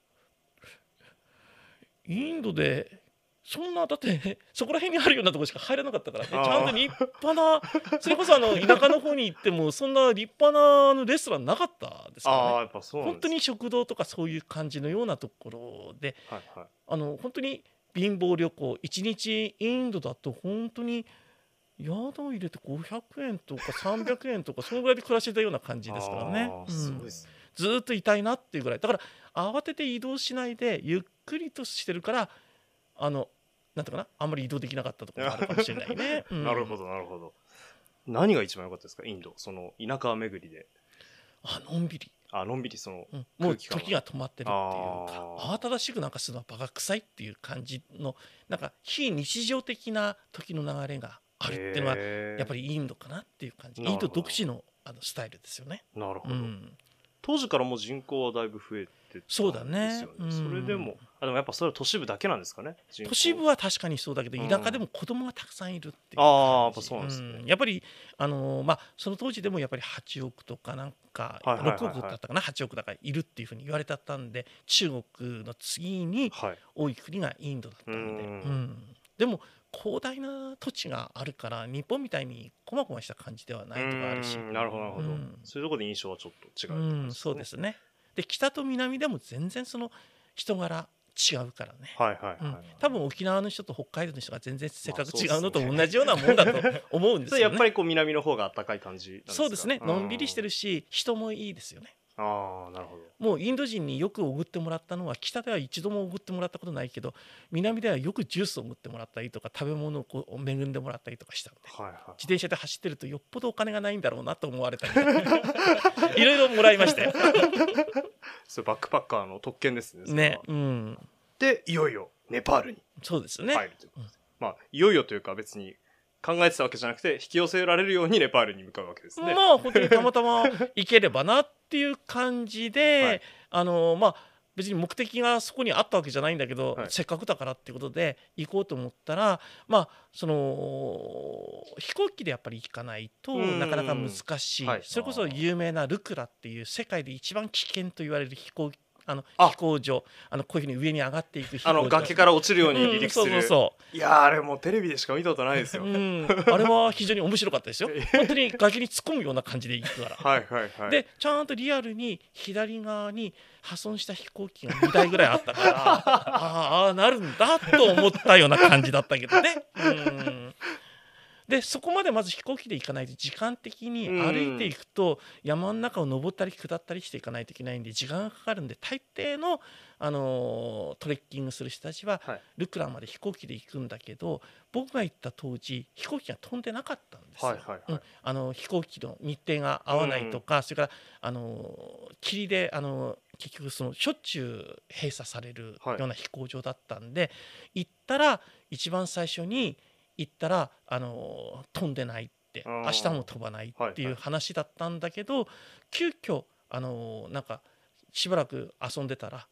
インドでそんなだってそこら辺にあるようなところしか入らなかったからね。ちゃんと立派なそれこそ田舎の方に行ってもそんな立派なレストランなかったですからね。 やっぱそうなんです。 本当に食堂とかそういう感じのようなところで、本当に貧乏旅行1日インドだと本当に宿を入れて500円とか300円とかそのぐらいで暮らしてたような感じですからね。ずっといたいなっていうぐらいだから慌てて移動しないでゆっくりとしてるからなんていうかなあんまり移動できなかったところがあるかもしれないね。 なるほどなるほど。何が一番良かったですかインドその田舎巡りで。 のんびり。 のんびりもう時が止まってるっていうか慌ただしくなんかするのはバカ臭いっていう感じのなんか非日常的な時の流れがあるっていうのはやっぱりインドかなっていう感じ。インド独自のスタイルですよね。 なるほど。当時からもう人口はだいぶ増えてたんですよね。 そうだね。 それでもでもやっぱそれは都市部だけなんですかね。 都市部は確かにそうだけど田舎でも子供がたくさんいるっていうやっぱそうなんですね。 やっぱりその当時でもやっぱり8億とかなんか6億だったかな8億だからいるっていうふうに言われてたんで中国の次に多い国がインドだったんで、でも広大な土地があるから日本みたいにこまこました感じではないとかあるし。 なるほどなるほど。そういうところで印象はちょっと違う。 そうですね。で北と南でも全然その人柄違うからね。多分沖縄の人と北海道の人が全然性格違うのと同じようなもんだと思うんですよね。 やっぱりこう南の方が暖かい感じなんですか。 そうですね。のんびりしてるし人もいいですよね。 なるほど。 もうインド人によくおごってもらったのは北では一度もおごってもらったことないけど南ではよくジュースをおごってもらったりとか食べ物をこう恵んでもらったりとかしたんで、自転車で走ってるとよっぽどお金がないんだろうなと思われたりいろいろもらいましたよ。 それバックパッカーの特権ですね。でいよいよネパールにそうですね。 入るということで、いよいよというか別に考えてたわけじゃなくて引き寄せられるようにネパールに向かうわけですね。 本当にたまたま行ければなっていう感じで、別に目的がそこにあったわけじゃないんだけど、せっかくだからっていうことで行こうと思ったらその飛行機でやっぱり行かないとなかなか難しい、それこそ有名なルクラっていう世界で一番危険と言われる飛行場こういうふうに上に上がっていく飛行場崖から落ちるように離陸する。いやあれもうテレビでしか見たことないですよ。 あれは非常に面白かったですよ。本当に崖に突っ込むような感じで行くからでちゃんとリアルに左側に破損した飛行機が2台ぐらいあったからなるんだと思ったような感じだったけどね。でそこまでまず飛行機で行かないと時間的に歩いていくと山の中を登ったり下ったりしていかないといけないんで時間がかかるんで大抵の、トレッキングする人たちはルクラまで飛行機で行くんだけど僕が行った当時飛行機が飛んでなかったんですよ。飛行機の日程が合わないとかそれから霧で結局そのしょっちゅう閉鎖されるような飛行場だったんで行ったら一番最初に行ったら飛んでないって明日も飛ばないっていう話だったんだけど急遽なんかしばらく遊んでたら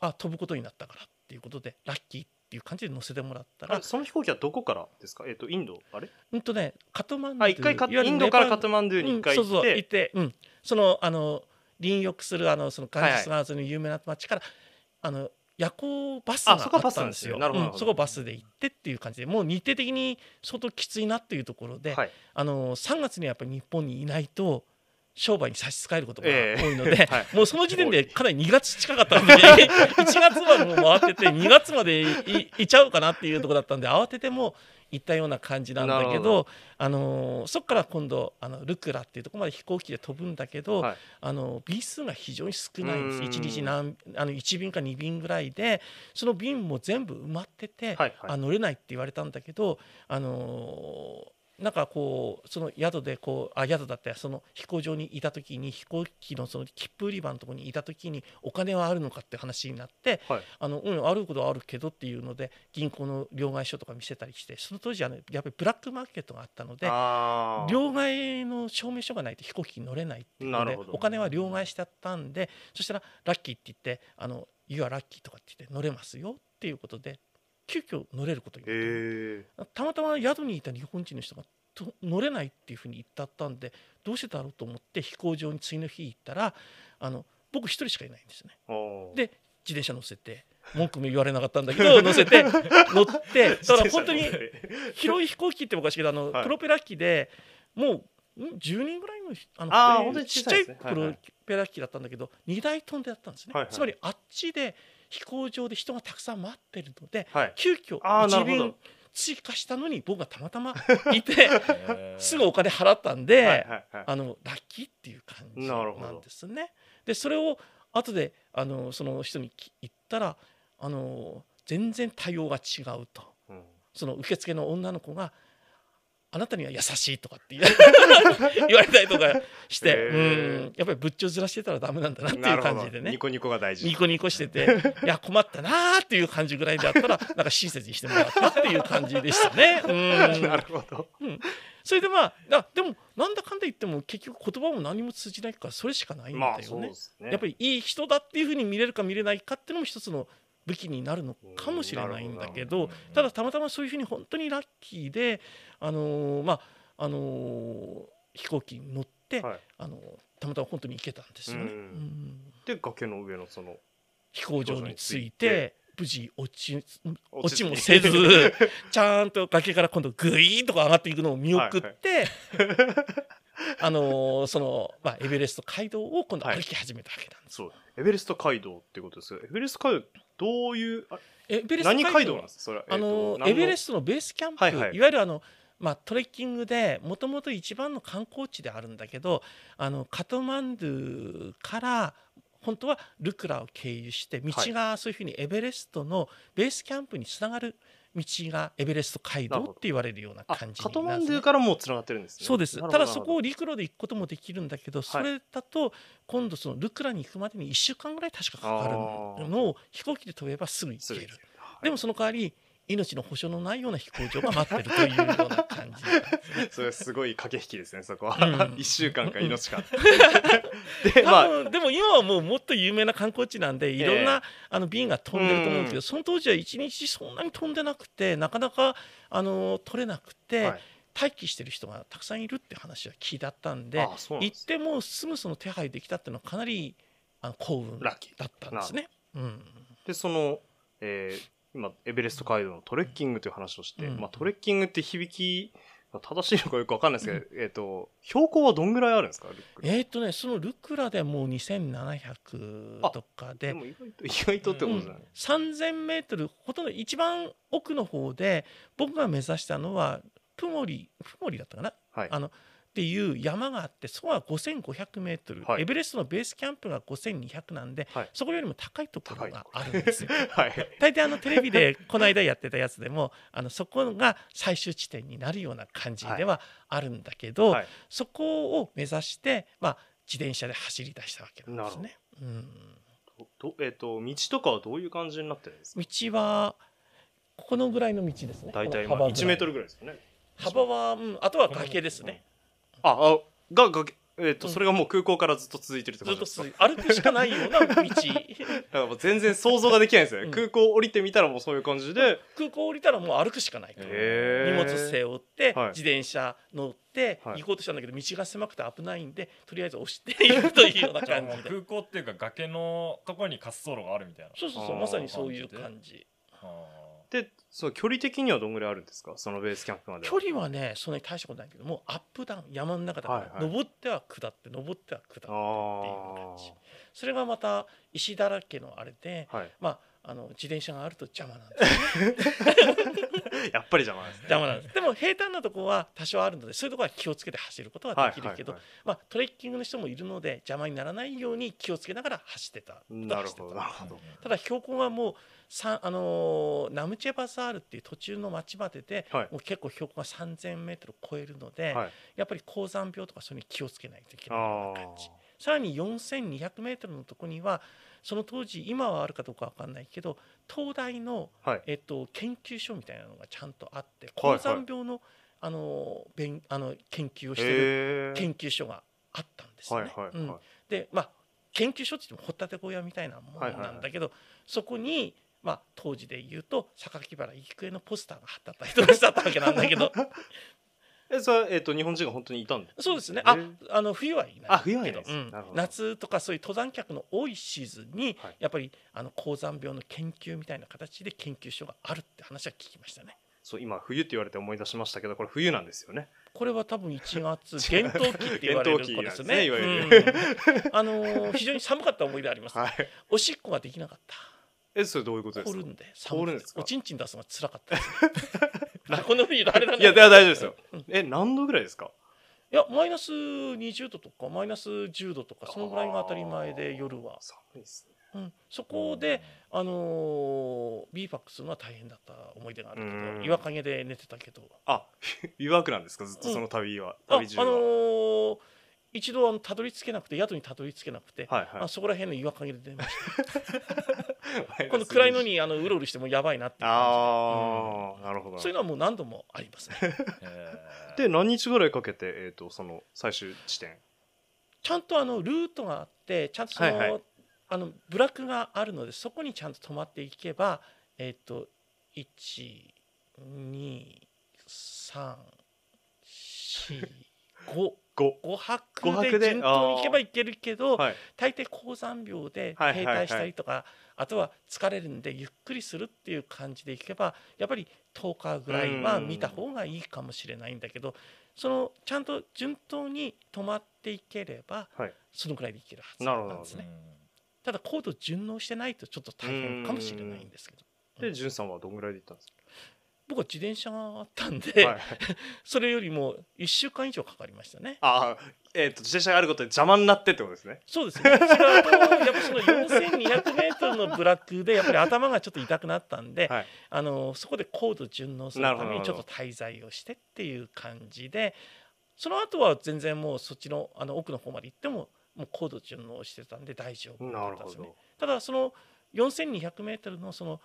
飛ぶことになったからっていうことでラッキーっていう感じで乗せてもらったら。 その飛行機はどこからですか？インドあれ？ カトマンドゥ。 一回インドからカトマンドゥに一回行って、 そう行って、その隣接するそのガンジス川沿いの有名な町から夜行バスがあったんですよ。そこバスで行ってっていう感じで、もう日程的に相当きついなっていうところで、3月にやっぱり日本にいないと商売に差し支えることが多いので、もうその時点でかなり2月近かったんで1月までも回ってて2月までいっちゃうかなっていうところだったんで、慌てても行ったような感じなんだけど、そこから今度ルクラっていうところまで飛行機で飛ぶんだけど、便数が非常に少ないんです。1日1便か2便ぐらいで、その便も全部埋まってて、乗れないって言われたんだけど、なんかこうその宿で宿だったらその飛行場にいた時に、飛行機のその切符売り場のところにいた時にお金はあるのかって話になって、あることはあるけどっていうので銀行の両替書とか見せたりして、その当時はねやっぱりブラックマーケットがあったので、両替の証明書がないと飛行機に乗れないっていうので、お金は両替してあったんで、そしたらラッキーって言ってYou are luckyとかって言って乗れますよっていうことで急遽乗れることになった。たまたま宿にいた日本人の人が乗れないっていうふうに言ってあったんで、どうしてだろうと思って飛行場に次の日行ったら僕一人しかいないんですね。で自転車乗せて、文句も言われなかったんだけど乗せて乗って、だから本当に広い飛行機っておかしいけどプロペラ機でもう10人ぐらいのちっちゃいプロペラ機だったんだけど2台飛んでやったんですね。つまりあっちで飛行場で人がたくさん待ってるので、急遽1便追加したのに僕がたまたまいてすぐお金払ったんで、ラッキーっていう感じなんですね。でそれを後でその人に言ったら全然対応が違うと、その受付の女の子があなたには優しいとかって言われたりとかして、やっぱり仏頂面してたらダメなんだなっていう感じでね、 ニコニコが大事、 ニコニコしてていや困ったなーっていう感じぐらいであったらなんか親切にしてもらったっていう感じでしたね。 なるほど。 それででもなんだかんだ言っても結局言葉も何も通じないからそれしかないんだよね。やっぱりいい人だっていうふうに見れるか見れないかっていうのも一つの武器になるのかもしれないんだけど、ただたまたまそういうふうに本当にラッキーで飛行機に乗って、たまたま本当に行けたんですよね。 で崖の上のその飛行場に着いて無事落ちもせずちゃんと崖から今度グイーンとか上がっていくのを見送ってエベレスト街道を今度歩き始めたわけなんです。 そうエベレスト街道ってことですけど、エベレスト街道どういう何街道なんですか？それエベレストのベースキャンプ、いわゆるトレッキングでもともと一番の観光地であるんだけど、カトマンドゥから本当はルクラを経由して道がそういうふうにエベレストのベースキャンプにつながる道がエベレスト街道って言われるような感じになるんですね。 カトマンドゥからもうつながってるんですね。 そうです。ただそこを陸路で行くこともできるんだけど、それだと今度そのルクラに行くまでに1週間ぐらい確かかかるのを飛行機で飛べばすぐ行ける。でもその代わり命の保証のないような飛行場が待ってるというような感じなんですね。 それすごい駆け引きですね、そこは。1週間か命か。 でも今はもうもっと有名な観光地なんでいろんな便が飛んでると思うんですけど、その当時は1日そんなに飛んでなくてなかなか取れなくて、待機してる人がたくさんいるって話は聞いてあったんで、行ってもすぐその手配できたっていうのはかなり幸運だったんですね。 でその今エベレスト街道のトレッキングという話をして、トレッキングって響きが正しいのかよく分かんないですけど、標高はどんぐらいあるんですか？ そのルクラでもう2700とかで、 も意外とってことじゃない、 3000メートルほとんど一番奥の方で僕が目指したのはプモリだったかな、っていう山があって、そこは5500メートル、エベレストのベースキャンプが5200なんで、そこよりも高いところがあるんですよ。大体テレビでこの間やってたやつでもそこが最終地点になるような感じではあるんだけど、そこを目指して自転車で走り出したわけなんですね。 道とかはどういう感じになってるんですか？ 道はこのぐらいの道ですね。 大体1メートルぐらいですよね。 幅は、あとは崖ですね。 が崖それがもう空港からずっと続いてるってことですか？ ずっと歩くしかないような道。だからもう全然想像ができないんですよね。空港降りてみたらもうそういう感じで。 空港降りたらもう歩くしかないから。荷物背負って、自転車乗って、行こうとしたんだけど、道が狭くて危ないんで、とりあえず押していくというような感じで。 空港っていうか崖のところに滑走路があるみたいな。 そうそうそう、まさにそういう感じ。 で、そう距離的にはどんぐらいあるんですか、そのベースキャンプまで。 距離はね、そんなに大したことないけども、アップダウン、山の中だから、登っては下って、登っては下ってっていう感じ。それがまた石だらけのあれで、まあ自転車があると邪魔なんですやっぱり邪魔なんですね。 邪魔なんです。でも平坦なところは多少あるので、そういうところは気をつけて走ることはできるけど、まあトレッキングの人もいるので邪魔にならないように気をつけながら走ってた。 なるほどなるほど。 ただ標高はもうナムチェバザールっていう途中の町までで、もう結構標高が3000メートル超えるので、やっぱり高山病とかそういうのに気をつけないといけないような感じ。さらに4200メートルのところにはその当時今はあるかどうかわかんないけど東大の、研究所みたいなのがちゃんとあって高山病の、研究をしている研究所があったんですよね。でまあ研究所って言っても掘ったて小屋みたいなものなんだけど、そこにまあ当時で言うと榊原郁恵のポスターが貼ってあった人たちだったわけなんだけど。 それは日本人が本当にいたんですか？ そうですね。冬はいない。冬はいないです。夏とかそういう登山客の多いシーズンにやっぱり高山病の研究みたいな形で研究所があるって話は聞きましたね。 そう今冬って言われて思い出しましたけど、これ冬なんですよね。 これは多分1月厳冬期って言われる子ですね。非常に寒かった思い出あります。おしっこができなかった。 それどういうことですか？ 凍るんで寒くておちんちん出すのが辛かったです。この冬あれだね。 いや大丈夫ですよ。何度ぐらいですか？ いやマイナス20度とかマイナス10度とかそのぐらいが当たり前で夜は寒いですね。 そこでビーバックするのは大変だった思い出があるけど、岩陰で寝てたけど。 ビワークなんですか？ずっとその旅は。旅中は。 一度たどり着けなくて宿にたどり着けなくて、そこら辺の岩陰で寝ました。この暗いのにうろうろしてもやばいなっていう感じ。 なるほど。 そういうのはもう何度もありますね。 で何日ぐらいかけてその最終地点。 ちゃんとルートがあってちゃんとその部落があるのでそこにちゃんと泊まっていけば1、2、3、4、5泊で順当に行けばいけるけど、大抵高山病で停滞したりとか、あとは疲れるんでゆっくりするっていう感じで行けばやっぱり10日ぐらいは見た方がいいかもしれないんだけど、そのちゃんと順当に泊まっていければ、そのぐらいで行けるはずなんですね。ただ高度順応してないとちょっと大変かもしれないんですけど。 で潤さんはどんぐらいで行ったんですか？ 僕は自転車があったんで、それよりも1週間以上かかりましたね。 自転車があることで邪魔になってってことですね。 そうですね。それはやっぱその4200メートルのブラックでやっぱり頭がちょっと痛くなったんで、そこで高度順応するためにちょっと滞在をしてっていう感じで、その後は全然もうそっちの奥の方まで行ってももう高度順応してたんで大丈夫だったんですね。ただその4200メートルのその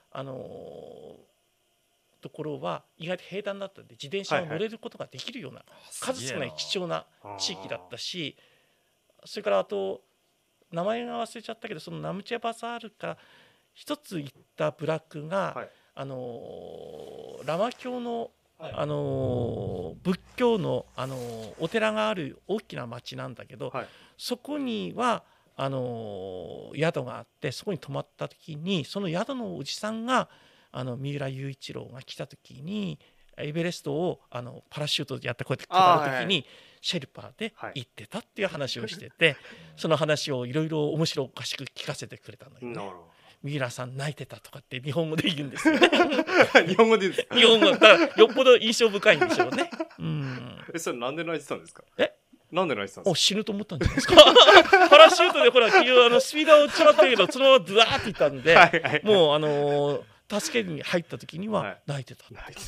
ところは意外と平坦だったんで自転車を乗れることができるような数少ない貴重な地域だったし、それからあと名前が忘れちゃったけどそのナムチェバザールから一つ行った部落がラマ教の仏教のお寺がある大きな町なんだけど、そこには宿があってそこに泊まった時にその宿のおじさんが三浦雄一郎が来た時にエベレストをパラシュートでやってこうやって下る時にシェルパーで行ってたっていう話をしてて、その話をいろいろ面白おかしく聞かせてくれたんだけどね。三浦さん泣いてたとかって日本語で言うんですよね。 日本語で言うんですか？ 日本語だからよっぽど印象深いんでしょうね。 それなんで泣いてたんですか？なんで泣いてたんですか？ 死ぬと思ったんじゃないですか。パラシュートでほらスピードは落ちまったけどそのままドワーっていったんで、もう助けに入った時には泣いてた。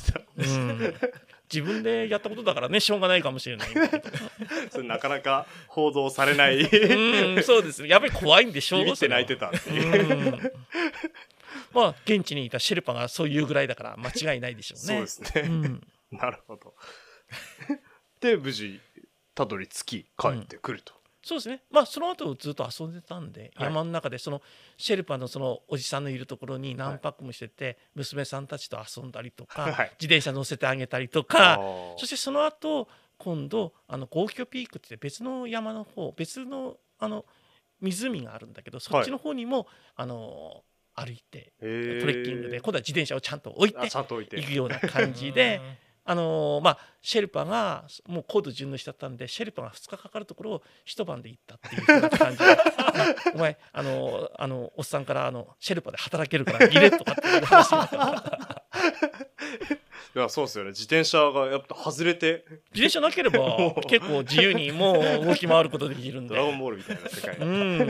自分でやったことだからねしょうがないかもしれないんだけどそれなかなか報道されないそうですね。やっぱり怖いんでしょう。 ビビって泣いてたっていうまあ現地にいたシェルパがそういうぐらいだから間違いないでしょうね。 そうですね、なるほどで無事たどり着き帰ってくると、 そうですね。その後ずっと遊んでたんで、山の中でそのシェルパのそのおじさんのいるところに何泊もしてて、娘さんたちと遊んだりとか、自転車乗せてあげたりとか、そしてその後今度ゴーキョピークって別の山の方、別の湖があるんだけど、そっちの方にも歩いてトレッキングで今度は自転車をちゃんと置いていくような感じで。シェルパがもう高度順応しちゃったんで、シェルパが2日かかるところを一晩で行ったっていう風な感じでお前おっさんからシェルパで働けるから入れとかっていう話がいやそうですよね。自転車がやっぱ外れて、 自転車なければ結構自由にもう動き回ることできるんでドラゴンボールみたいな世界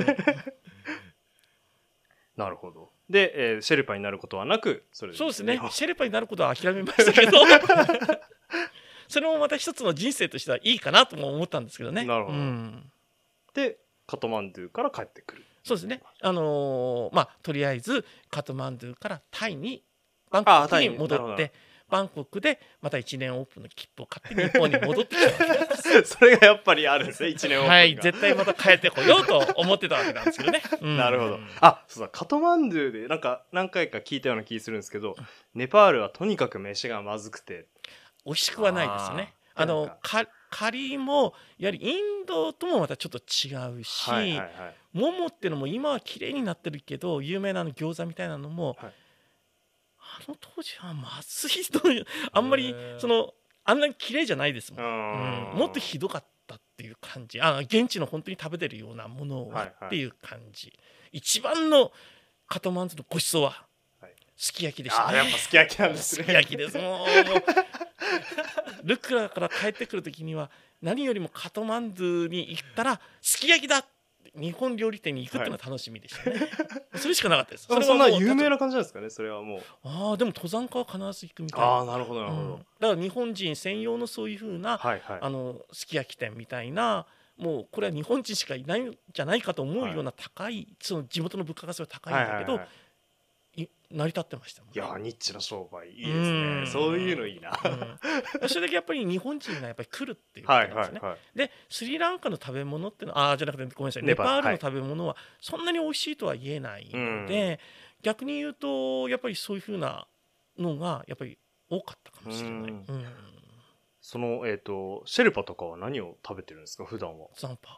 なるほど。で、シェルパになることはなく、 そうですね。シェルパになることは諦めましたけどそれもまた一つの人生としてはいいかなとも思ったんですけどね。 なるほど。でカトマンドゥから帰ってくる。 そうですね。とりあえずカトマンドゥからタイにバンコクに戻って、バンコクでまた1年オープンの切符を買って日本に戻ってきたわけです。 それがやっぱりあるんですね、1年オープンが。 はい、絶対また帰ってこようと思ってたわけなんですけどね。 なるほど。そうだ、カトマンドゥでなんか何回か聞いたような気するんですけど、ネパールはとにかく飯がまずくて美味しくはないですね。カリーもやはりインドともまたちょっと違うし、モモっていうのも今は綺麗になってるけど、有名な餃子みたいなのも、当時はまずいとあんまりあんなに綺麗じゃないですもん。もっとひどかったっていう感じ。現地の本当に食べてるようなものはっていう感じ。一番のカトマンズのごちそうはすき焼きでしたね。 やっぱすき焼きなんですね。 すき焼きです。もうルクラから帰ってくる時には何よりもカトマンズに行ったらすき焼きだ、日本料理店に行くっていうのが楽しみでしたね。それしかなかったです。 そんな有名な感じなんですかね、それはもう。 でも登山家は必ず行くみたいな。 なるほどなるほど。 だから日本人専用のそういう風なすき焼き店みたいな、もうこれは日本人しかいないんじゃないかと思うような高い、その地元の物価がすごい高いんだけど、成り立ってましたもんね。 いやニッチな商売いいですね。そういうのいいな。 それだけやっぱり日本人がやっぱり来るっていうことなんですね。でスリランカの食べ物っていうのはじゃなくてごめんなさい、ネパールの食べ物はそんなに美味しいとは言えないので、逆に言うとやっぱりそういうふうなのがやっぱり多かったかもしれない。 そのシェルパとかは何を食べてるんですか普段は。 残パ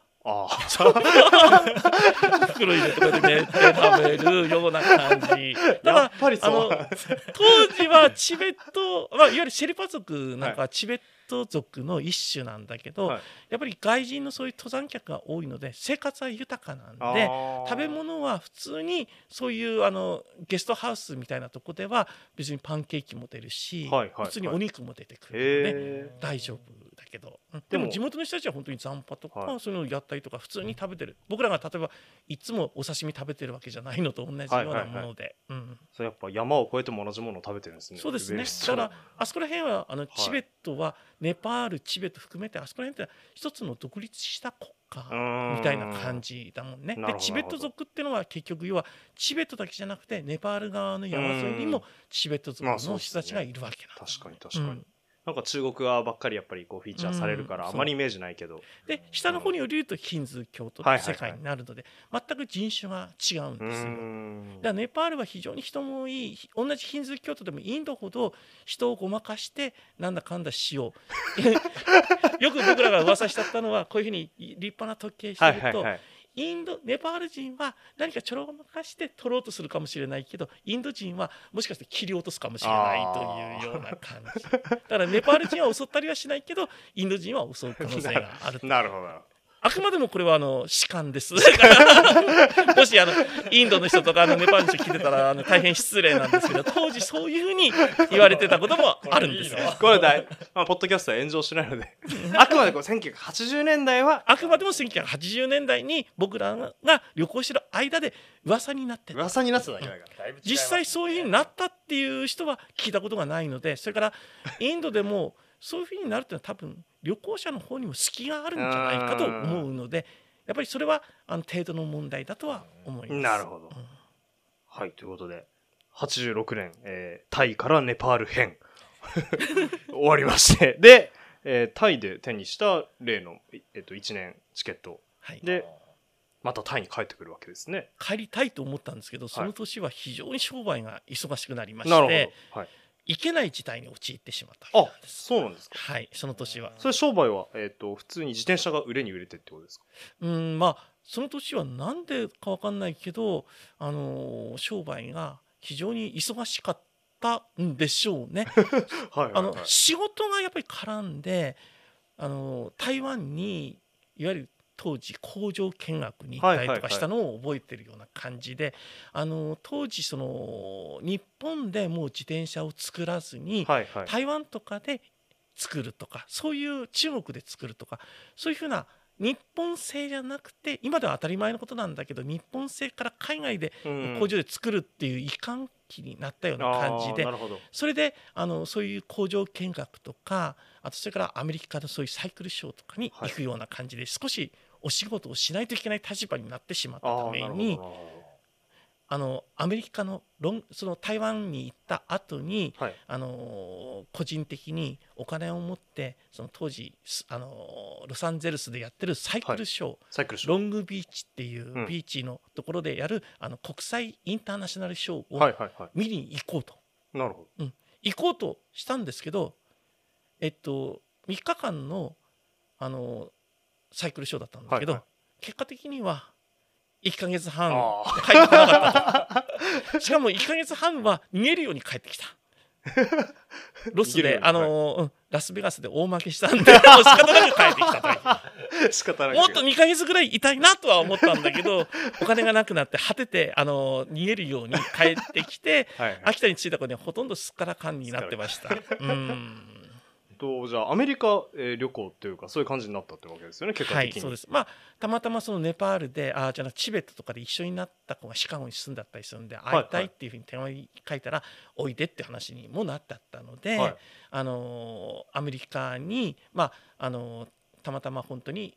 袋入れとかでめっちゃ食べるような感じ。 やっぱりそう。 当時はチベット、いわゆるシェルパ族なんかはチベット族の一種なんだけど、やっぱり外人のそういう登山客が多いので生活は豊かなんで、食べ物は普通にそういうゲストハウスみたいなとこでは別にパンケーキも出るし、普通にお肉も出てくるので大丈夫だけど、でも地元の人たちは本当に残波とかそういうのをやったりとか普通に食べてる。僕らが例えばいつもお刺身食べてるわけじゃないのと同じようなもので、 それやっぱ山を越えても同じものを食べてるんですね。 そうですね。だからあそこら辺はチベットはネパール、チベット含めてあそこら辺って一つの独立した国家みたいな感じだもんね。でチベット族っていうのは結局要はチベットだけじゃなくてネパール側の山沿いにもチベット族の人たちがいるわけなんです。 確かに。なんか中国側ばっかりやっぱりこうフィーチャーされるからあまりイメージないけど、 で下の方に降りるとヒンズー教徒の世界になるので全く人種が違うんですよ。だからネパールは非常に人もいい。同じヒンズー教徒でもインドほど人をごまかしてなんだかんだしようよく僕らが噂しちゃったのはこういうふうに立派な時計してると、ネパール人は何かちょろまかして取ろうとするかもしれないけど、インド人はもしかして切り落とすかもしれないというような感じ。だからネパール人は襲ったりはしないけどインド人は襲う可能性がある。 なるほど。 あくまでもこれは主観です。もしインドの人とかネパールの人聞いてたら大変失礼なんですけど、当時そういうふうに言われてたこともあるんですよ。 これポッドキャストは炎上しないのであくまで1980年代はあくまでも1980年代に僕らが旅行してる間で噂になってただけだから実際そういうふうになったっていう人は聞いたことがないので、それからインドでもそういうふうになるっていうのは多分旅行者の方にも隙があるんじゃないかと思うので、やっぱりそれは程度の問題だとは思います。 なるほど。はい、ということで86年、タイからネパール編終わりまして、で、 タイで手にした例の、1年チケット、はい、でまたタイに帰ってくるわけですね。 帰りたいと思ったんですけど、その年は非常に商売が忙しくなりまして、はい、行けない事態に陥ってしまったわけなんです。 そうなんですか。 はい、その年は。 それ商売は、普通に自転車が売れに売れてってことですか。 まあその年はなんでか分かんないけど、商売が非常に忙しかったんでしょうね。仕事がやっぱり絡んで、台湾にいわゆる当時工場見学に行ったりとかしたのを覚えてるような感じで、当時その日本でもう自転車を作らずに、台湾とかで作るとか、そういう中国で作るとか、そういうふうな日本製じゃなくて、今では当たり前のことなんだけど、日本製から海外で工場で作るっていう移管期になったような感じで、それでそういう工場見学とか、あとそれからアメリカのそういうサイクルショーとかに行くような感じで、少しお仕事をしないといけない立場になってしまったために、アメリカのその台湾に行った後に、個人的にお金を持ってその当時ロサンゼルスでやってるサイクルショー、ロングビーチっていうビーチのところでやる国際インターナショナルショーを見に行こうと、行こうとしたんですけど、3日間のサイクルショーだったんですけど、結果的には1ヶ月半帰ってこなかったと。しかも1ヶ月半は逃げるように帰ってきた。ロスでラスベガスで大負けしたんで、もう仕方なく帰ってきたと。仕方なくもっと2ヶ月ぐらいいたいなとは思ったんだけど、お金がなくなって果てて逃げるように帰ってきて、秋田に着いた頃にはほとんどすっからかんになってました。 じゃあアメリカ、旅行っていうかそういう感じになったってわけですよね、結果的に。 はい、そうです。まあたまたまそのネパールでじゃあチベットとかで一緒になった子がシカゴに住んだったりするんで、会いたいっていうふうに手紙に書いたら、おいでって話にもなったので、アメリカにたまたま本当に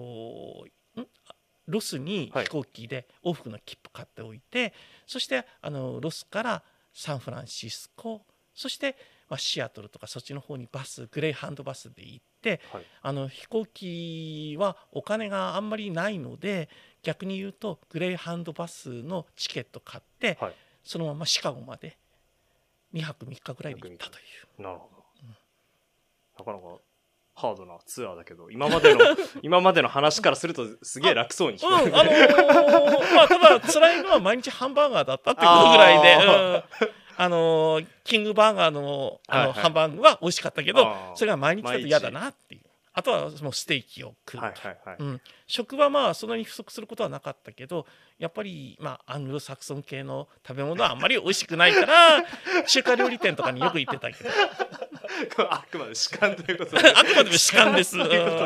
ロスに飛行機で往復の切符買っておいて、そしてロスからサンフランシスコ、そしてシアトルとかそっちの方にグレイハンドバスで行って、飛行機はお金があんまりないので、逆に言うとグレイハンドバスのチケット買って、そのままシカゴまで2泊3日ぐらいで行ったという。 なるほど、なかなかハードなツアーだけど、今までの話からするとすげえ楽そうに聞こえる。 ただ辛いのは毎日ハンバーガーだったってことぐらいで。キングバーガーのハンバーグは美味しかったけど、それが毎日だと嫌だなっていう。あとはもうステーキを食う。食はそんなに不足することはなかったけど、やっぱりアングロサクソン系の食べ物はあんまり美味しくないから中華料理店とかによく行ってたけど。 あくまで主観ということで。 あくまでも主観です。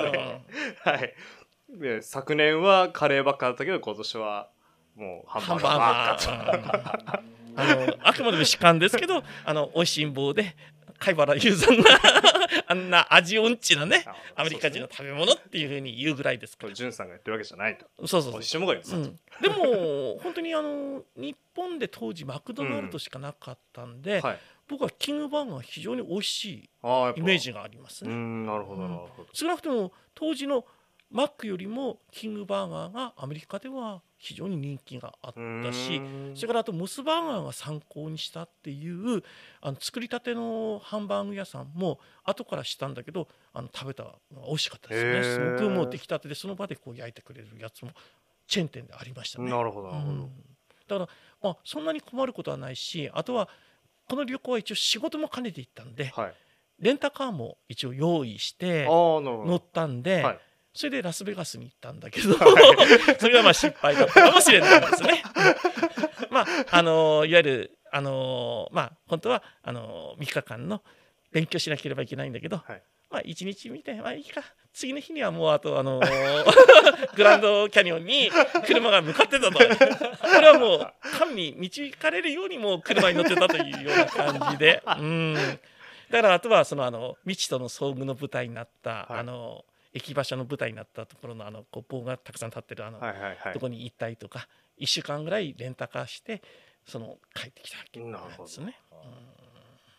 昨年はカレーばっかだったけど、今年はもうハンバーガー。 あくまでも主観ですけど、美味しん坊で貝原雄さんがあんな味音痴なねアメリカ人の食べ物っていうふうに言うぐらいですから。 ジュンさんがやってるわけじゃないと。 そう一緒もが言ってた。 でも本当に日本で当時マクドナルドしかなかったんで、僕はキングバーガー非常に美味しいイメージがありますね。 なるほどなるほど。 少なくとも当時のマックよりもキングバーガーがアメリカでは非常に人気があったし、それからあとモスバーガーが参考にしたっていう作りたてのハンバーグ屋さんも後から知ったんだけど、食べたのが美味しかったですね。すごくもう出来たてでその場でこう焼いてくれるやつもチェーン店でありましたね。 なるほどなるほど。だからそんなに困ることはないし、あとはこの旅行は一応仕事も兼ねて行ったんで、レンタカーも一応用意して乗ったんで、それでラスベガスに行ったんだけどそれが失敗だったかもしれないですね。いわゆる本当は3日間の勉強しなければいけないんだけど、1日見ていいか、次の日にはもうあとグランドキャニオンに車が向かってたと。これはもう神に導かれるようにもう車に乗ってたというような感じで、だからあとは未知との遭遇の舞台になった駅馬車の舞台になったところの棒がたくさん立ってるとこに行ったりとか、1週間ぐらいレンタカーして帰ってきたわけなんですね。 な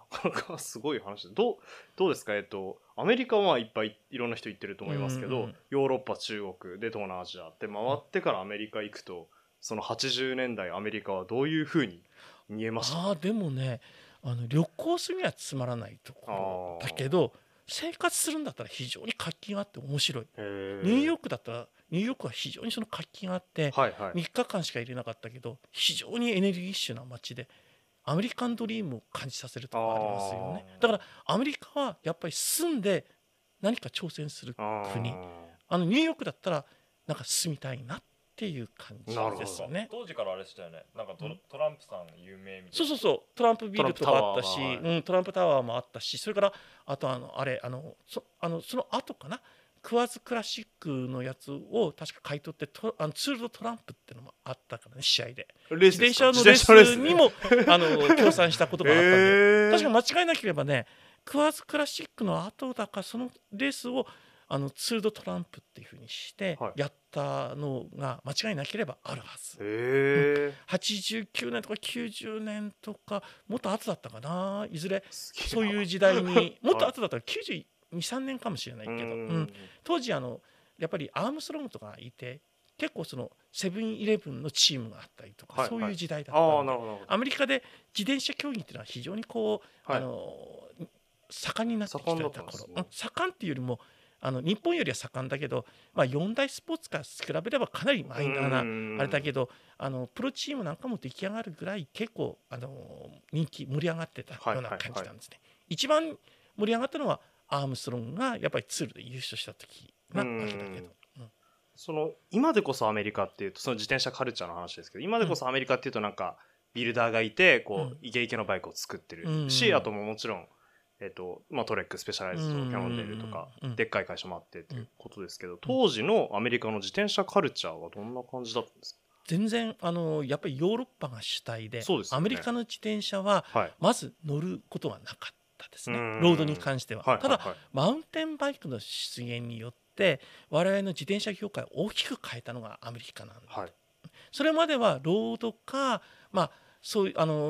なかなかすごい話で、どうですか？アメリカはいっぱいいろんな人行ってると思いますけど、ヨーロッパ、中国で東南アジアって回ってからアメリカ行くと、その80年代アメリカはどういう風に見えました？ でもね、旅行するにはつまらないところだけど、生活するんだったら非常に活気があって面白い。ニューヨークだったらニューヨークは非常にその活気があって、3日間しか入れなかったけど非常にエネルギッシュな街でアメリカンドリームを感じさせるところがありますよね。だからアメリカはやっぱり住んで何か挑戦する国。ニューヨークだったらなんか住みたいなっていう感じですよね。 当時からあれでしたよね。なんかトランプさん有名みたいな。 そうトランプビルとかあったし、トランプタワーもあったし、それからあとその後かな、クワーズクラシックのやつを確か買い取ってツール・ド・トランプっていうのもあったからね、試合で自転車のレースにも協賛したことがあったんで、確か間違いなければね、クワーズクラシックの後だかそのレースをツール・ド・トランプっていう風にしてやったのが間違いなければあるはず。89年とか90年とかもっと後だったかな、いずれそういう時代にもっと後だったら92、3年かもしれないけど、当時やっぱりアームストロングとかいて、結構そのセブンイレブンのチームがあったりとか、そういう時代だったので、アメリカで自転車競技っていうのは非常にこう、盛んになってきてた頃、盛んっていうよりも日本よりは盛んだけど、4大スポーツから比べればかなりマイナーなあれだけど、プロチームなんかも出来上がるぐらい結構人気盛り上がってたような感じなんですね。一番盛り上がったのはアームストロングがやっぱりツールで優勝した時なわけだけど、 その今でこそアメリカっていうと、その自転車カルチャーの話ですけど、今でこそアメリカっていうとなんかビルダーがいてこうイケイケのバイクを作ってるし、あともちろんトレック、スペシャライズド、キャノンデールとかでっかい会社もあってっていうことですけど、当時のアメリカの自転車カルチャーはどんな感じだったんですか？ 全然やっぱりヨーロッパが主体で、アメリカの自転車はまず乗ることがなかったですね、ロードに関しては。ただマウンテンバイクの出現によって我々の自転車業界を大きく変えたのがアメリカなんだ、それまではロードか、そういう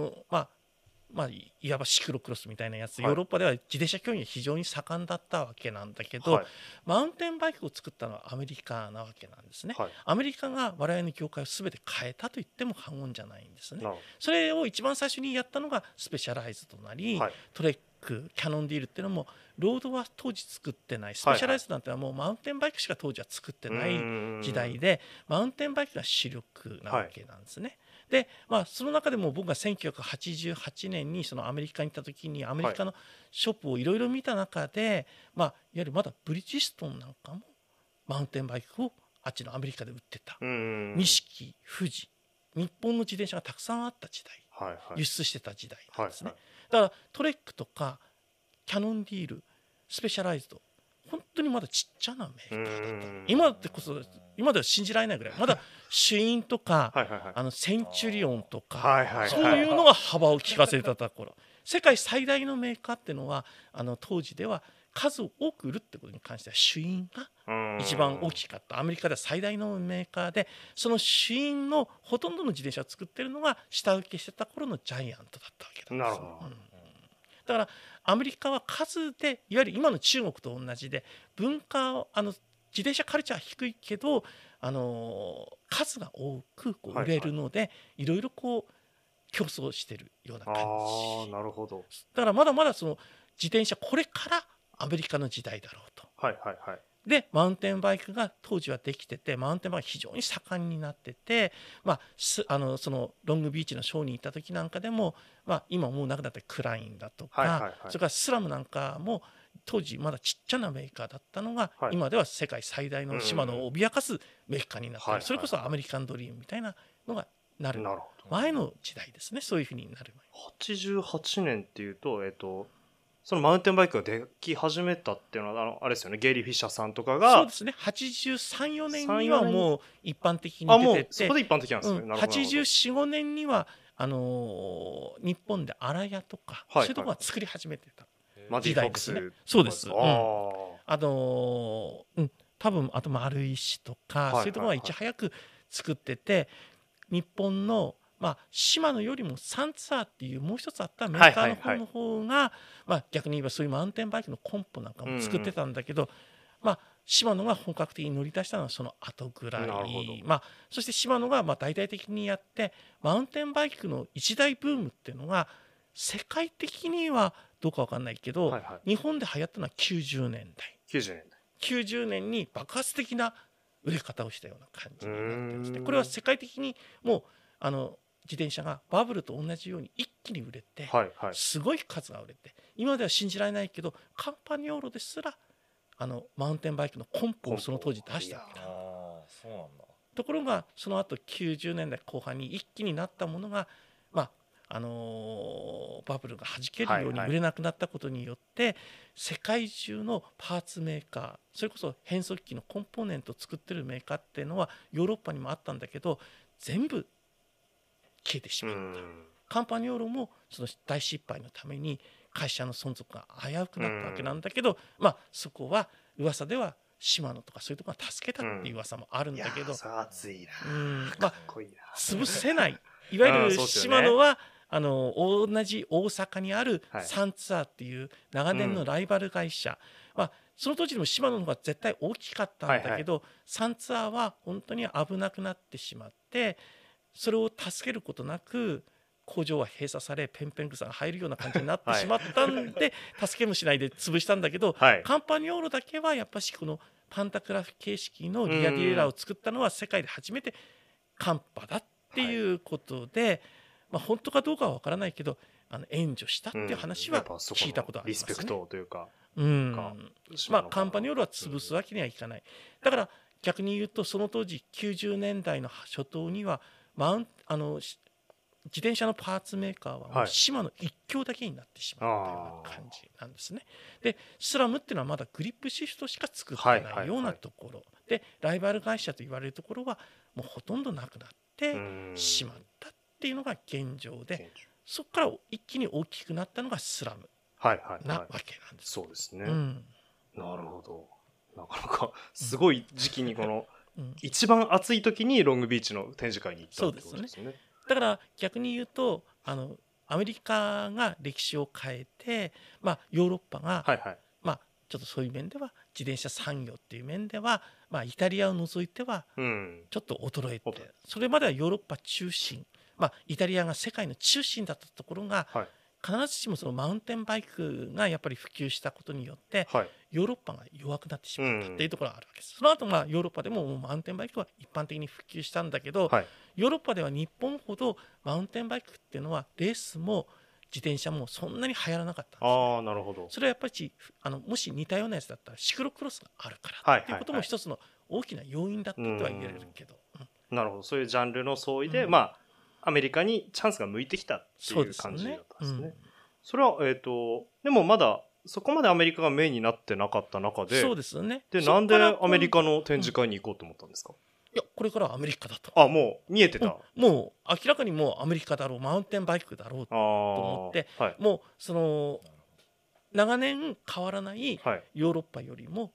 いわばシクロクロスみたいなやつ、ヨーロッパでは自転車競技が非常に盛んだったわけなんだけど、マウンテンバイクを作ったのはアメリカなわけなんですね、アメリカが我々の業界を全て変えたと言っても過言じゃないんですね。それを一番最初にやったのがスペシャライズとなり、トレック、キャノンディールっていうのもロードは当時作ってない、スペシャライズなんてのはもうマウンテンバイクしか当時は作ってない時代で、マウンテンバイクが主力なわけなんですね。でその中でも僕が1988年にそのアメリカに行った時にアメリカのショップをいろいろ見た中で、いわゆるまだブリヂストンなんかもマウンテンバイクをあっちのアメリカで売ってた、錦、富士、日本の自転車がたくさんあった時代、輸出してた時代なんですね。だからトレックとかキャノンディール、スペシャライズド、本当にまだちっちゃなメーカーだった。今では信じられないぐらい、まだシュインとかセンチュリオンとか、そういうのが幅を利かせてた頃、世界最大のメーカーっていうのは当時では数を多く売るってことに関してはシュインが一番大きかった。アメリカでは最大のメーカーで、そのシュインのほとんどの自転車を作ってるのが下請けしてた頃のジャイアントだったわけなんですよ。だからアメリカは数でいわゆる今の中国と同じで、文化自転車カルチャーは低いけど数が多く売れるので、いろいろ競争してるような感じ。 なるほど。 だからまだまだその自転車これからアメリカの時代だろうと。でマウンテンバイクが当時はできてて、マウンテンバイク非常に盛んになってて、そのロングビーチのショーに行った時なんかでも、今もうなくなったクラインだとか、それからスラムなんかも当時まだちっちゃなメーカーだったのが、今では世界最大の島野を脅かすメーカーになっている、それこそアメリカンドリームみたいなのがなる前の時代ですね。そういうふうになる前。88年っていうとそのマウンテンバイクができ始めたっていうのはあれですよね、ゲイリー・フィッシャーさんとかが。 そうですね、83、4年にはもう一般的に出てて、 そこで一般的なんですね。 84、5年には日本で荒谷とか、そういうところが作り始めてた時代ですね。そうです。多分あと丸石とか、そういうところがいち早く作ってて、日本のシマノよりもサンツァーっていうもう一つあったメーカーの方が、逆に言えばそういうマウンテンバイクのコンポなんかも作ってたんだけど、シマノが本格的に乗り出したのはその後ぐらい、そしてシマノが大々的にやってマウンテンバイクの一大ブームっていうのが世界的にはどうか分かんないけど、日本で流行ったのは90年代90年に爆発的な売れ方をしたような感じになってますね。これは世界的にもう自転車がバブルと同じように一気に売れて、すごい数が売れて、今では信じられないけどカンパニオーロですらマウンテンバイクのコンポをその当時出したわけだ。 そうなんだ。 ところがその後90年代後半に一気になったものが、バブルが弾けるように売れなくなったことによって、世界中のパーツメーカー、それこそ変速機のコンポーネントを作ってるメーカーっていうのはヨーロッパにもあったんだけど全部消えてしまった。カンパニオーロもその大失敗のために会社の存続が危うくなったわけなんだけど、そこは噂ではシマノとかそういうところが助けたっていう噂もあるんだけど、 熱いな、かっこいいな、 潰せないいわゆるシマノは同じ大阪にあるサンツァーっていう長年のライバル会社、その当時でもシマノの方が絶対大きかったんだけど、サンツァーは本当に危なくなってしまって、それを助けることなく工場は閉鎖されペンペン草が入るような感じになってしまったんで、助けもしないで潰したんだけど、カンパニオーロだけはやっぱしこのパンタグラフ形式のリアディレイラーを作ったのは世界で初めてカンパだっていうことで、本当かどうかは分からないけど援助したっていう話は聞いたことありますね。 リスペクトというか、 カンパニオーロは潰すわけにはいかない。だから逆に言うとその当時90年代の初頭には自転車のパーツメーカーはもうシマノ一強だけになってしまったような感じなんですね。でスラムっていうのはまだグリップシフトしか作ってないようなところで、ライバル会社と言われるところはもうほとんどなくなってしまったっていうのが現状で、そこから一気に大きくなったのがスラムなわけなんです。 そうですね、なるほど。なかなかすごい時期にこの一番暑い時にロングビーチの展示会に行ったってことですね。 だから逆に言うとアメリカが歴史を変えて、ヨーロッパが、ちょっとそういう面では自転車産業っていう面では、イタリアを除いてはちょっと衰えて、それまではヨーロッパ中心、イタリアが世界の中心だったところが、必ずしもそのマウンテンバイクがやっぱり普及したことによって、ヨーロッパが弱くなってしまったっていうところがあるわけです。その後ヨーロッパでもマウンテンバイクは一般的に普及したんだけど、ヨーロッパでは日本ほどマウンテンバイクっていうのはレースも自転車もそんなに流行らなかったんですよ。 なるほど。 それはやっぱりもし似たようなやつだったらシクロクロスがあるからっていうことも一つの大きな要因だったとは言えるけど、 なるほど。そういうジャンルの相違で、アメリカにチャンスが向いてきたっていう感じだったんですね。それはでもまだそこまでアメリカがメインになってなかった中で、 そうですよね。 でなんでアメリカの展示会に行こうと思ったんですか？ いや、これからはアメリカだと。 もう見えてた。 もう明らかにもうアメリカだろう、マウンテンバイクだろうと思って、もうその長年変わらないヨーロッパよりも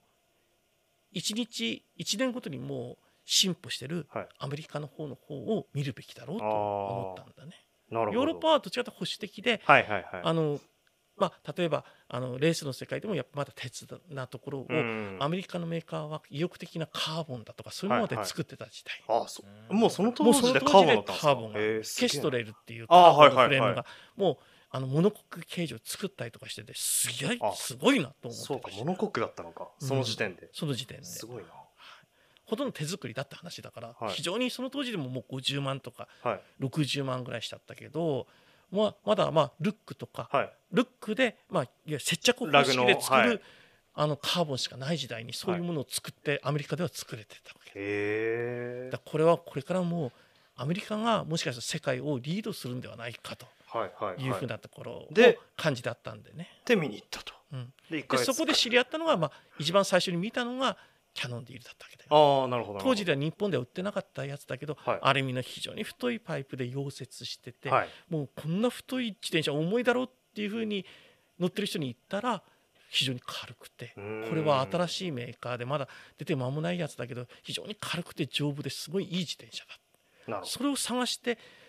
1年ごとにもう進歩してるアメリカの方を見るべきだろうと思ったんだね。ヨーロッパはどちらかというと保守的で、例えばレースの世界でもやっぱまだ鉄なところをアメリカのメーカーは意欲的なカーボンだとかそういうもので作ってた時代、 もうその当時でカーボンだったんですか？ ケストレルっていうカーボンのフレームがもうモノコック形状を作ったりとかしててすごいなと思って。 そうか、モノコックだったのか、その時点で。 その時点ですごいな。 ほとんど手作りだった話だから、非常にその当時でももう50万とか60万ぐらいしちゃったけど、まだルックとか、ルックで接着方式で作るカーボンしかない時代にそういうものを作ってアメリカでは作れてたわけだ。これはこれからもうアメリカがもしかしたら世界をリードするんではないかというふうなところを感じだったんでね。 で見に行ったと。 でそこで知り合ったのが一番最初に見たのがキャノンディールだったわけだよ。なるほど。 当時では日本では売ってなかったやつだけど、アルミの非常に太いパイプで溶接してて、もうこんな太い自転車重いだろうっていうふうに乗ってる人に言ったら非常に軽くて、これは新しいメーカーでまだ出て間もないやつだけど非常に軽くて丈夫ですごいいい自転車だ。それを探して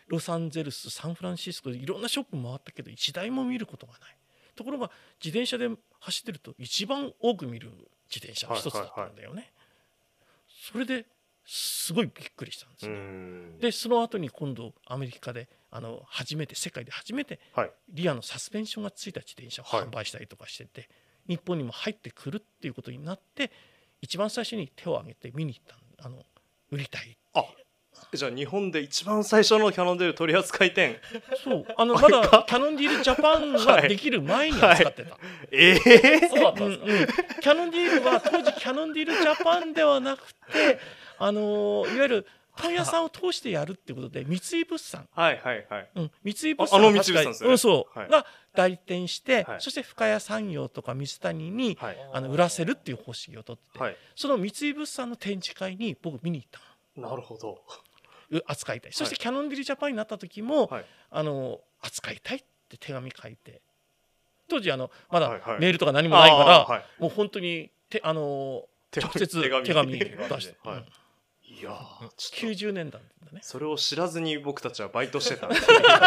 ロサンゼルス、サンフランシスコでいろんなショップ回ったけど一台も見ることがない。ところが自転車で走ってると一番多く見る自転車の一つだったんだよね。それですごいびっくりしたんですね。でその後に今度アメリカで世界で初めてリアのサスペンションがついた自転車を販売したりとかしてて、日本にも入ってくるっていうことになって、一番最初に手を挙げて見に行った売りたい。 じゃあ日本で一番最初のキャノンデール取扱店。 そうまだキャノンディールジャパンができる前に扱ってた。 そうだったんですか。 キャノンディールは当時キャノンディールジャパンではなくていわゆる問屋さんを通してやるってことで三井物産、 三井物産三井物産ですね、 が代理店して、そして深谷産業とか水谷に、売らせるっていう方式をとって、その三井物産の展示会に僕見に行ったの。なるほど。 扱いたい。そしてキャノンディールジャパンになった時も、扱いたいって手紙書いて、当時まだメールとか何もないから、もう本当に直接手紙出して。いや90年代だね。 それを知らずに僕たちはバイトしてただ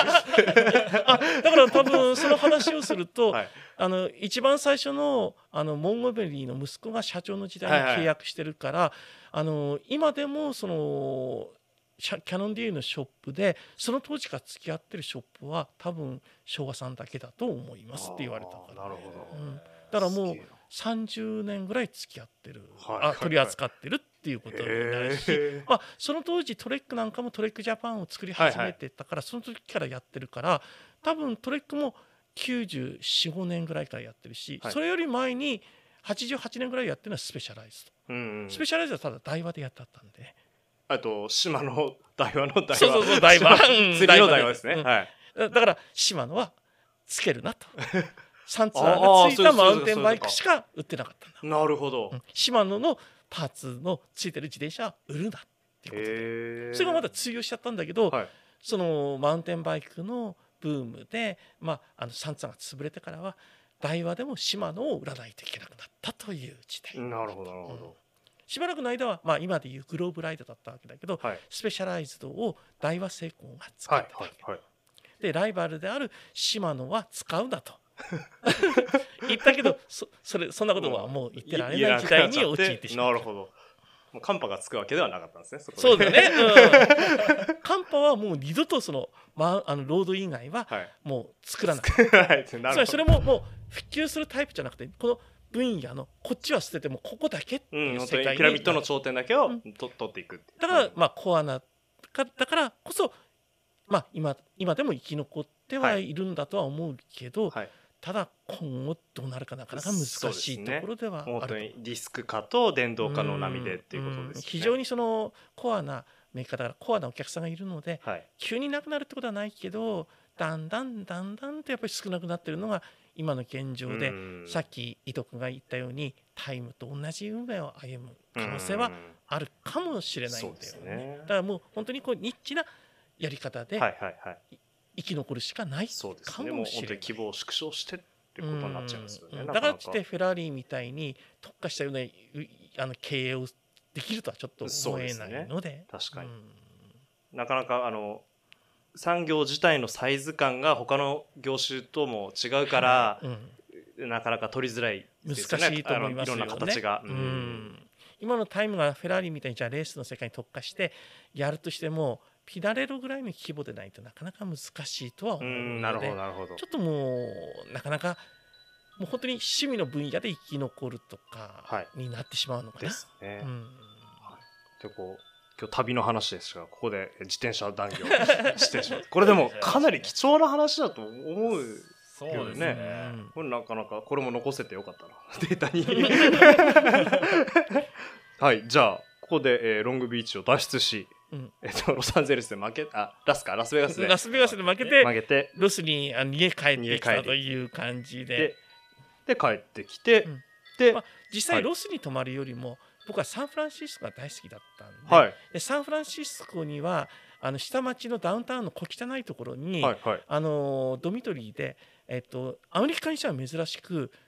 から多分その話をすると、一番最初のモンゴメリーの息子が社長の時代に契約してるから、今でもそのキャノンディールのショップでその当時から付き合ってるショップは多分昭和さんだけだと思いますって言われたから。 なるほど。 だからもう30年ぐらい付き合ってる、取り扱ってるっていうことになるし、その当時トレックなんかもトレックジャパンを作り始めてたから、その時からやってるから、多分トレックも94、5年ぐらいからやってるし、それより前に88年ぐらいやってるのはスペシャライズド、スペシャライズはただ台湾でやってあったんで、 島の台湾の台湾、 そう台湾釣りの台湾ですね。 だから島野はつけるなと。サンツアーがついたマウンテンバイクしか売ってなかったんだ。 なるほど。 シマノのパーツのついてる自転車は売るなっていうことで、それがまだ通用しちゃったんだけど、そのマウンテンバイクのブームで、サンツアーが潰れてからは台湾でもシマノを売らないといけなくなったという時代。 なるほどなるほど。 しばらくの間は、今でいうグローブライドだったわけだけど、スペシャライズドを台湾製鋼が使ってたわけで、ライバルであるシマノは使うなと言ったけど、そんなことはもう言ってられない時代に陥ってしまった。 なるほど。もうカンパがつくわけではなかったんですね。 そうだね。カンパはもう二度とロード以外はもう作らない。それももう普及するタイプじゃなくて、この分野のこっちは捨ててもここだけっていう世界に、 ピラミッドの頂点だけを取っていく。 だからコアなだからこそ今でも生き残ってはいるんだとは思うけど、ただ今後どうなるかなかなか難しいところではある。 本当にディスク化と電動化の波でっていうことですね。 非常にそのコアなメーカーだからコアなお客さんがいるので、急になくなるってことはないけど、だんだんとやっぱり少なくなってるのが今の現状で、さっき伊藤君が言ったようにタイムと同じ運命を歩む可能性はあるかもしれないんだよね。だからもう本当にニッチなやり方で生き残るしかないかもしれない。 そうですね。もう本当に希望を縮小してっていうことになっちゃいますよね。 だからってフェラーリみたいに特化したような経営をできるとはちょっと思えないので、 確かになかなか産業自体のサイズ感が他の業種とも違うから、なかなか取りづらいですよね。 難しいと思いますよね。 いろんな形が。 今のタイムがフェラーリみたいにじゃあレースの世界に特化してやるとしても、ピダレロぐらいの規模でないとなかなか難しいとは思うので、ちょっともうなかなかもう本当に趣味の分野で生き残るとかになってしまうのかな。 ですね。で今日旅の話ですが、ここで自転車談義をしてしまう。これでもかなり貴重な話だと思うけどね。これなかなかこれも残せてよかったな、データに。はい、じゃあここで、ロングビーチを脱出し、ロサンゼルスで負けラスベガスで負けてロスに逃げ帰ってきたという感じで帰ってきて、 実際ロスに泊まるよりも僕はサンフランシスコが大好きだったんで、サンフランシスコには下町のダウンタウンの小汚いところに、ドミトリーで、アメリカにしては珍しく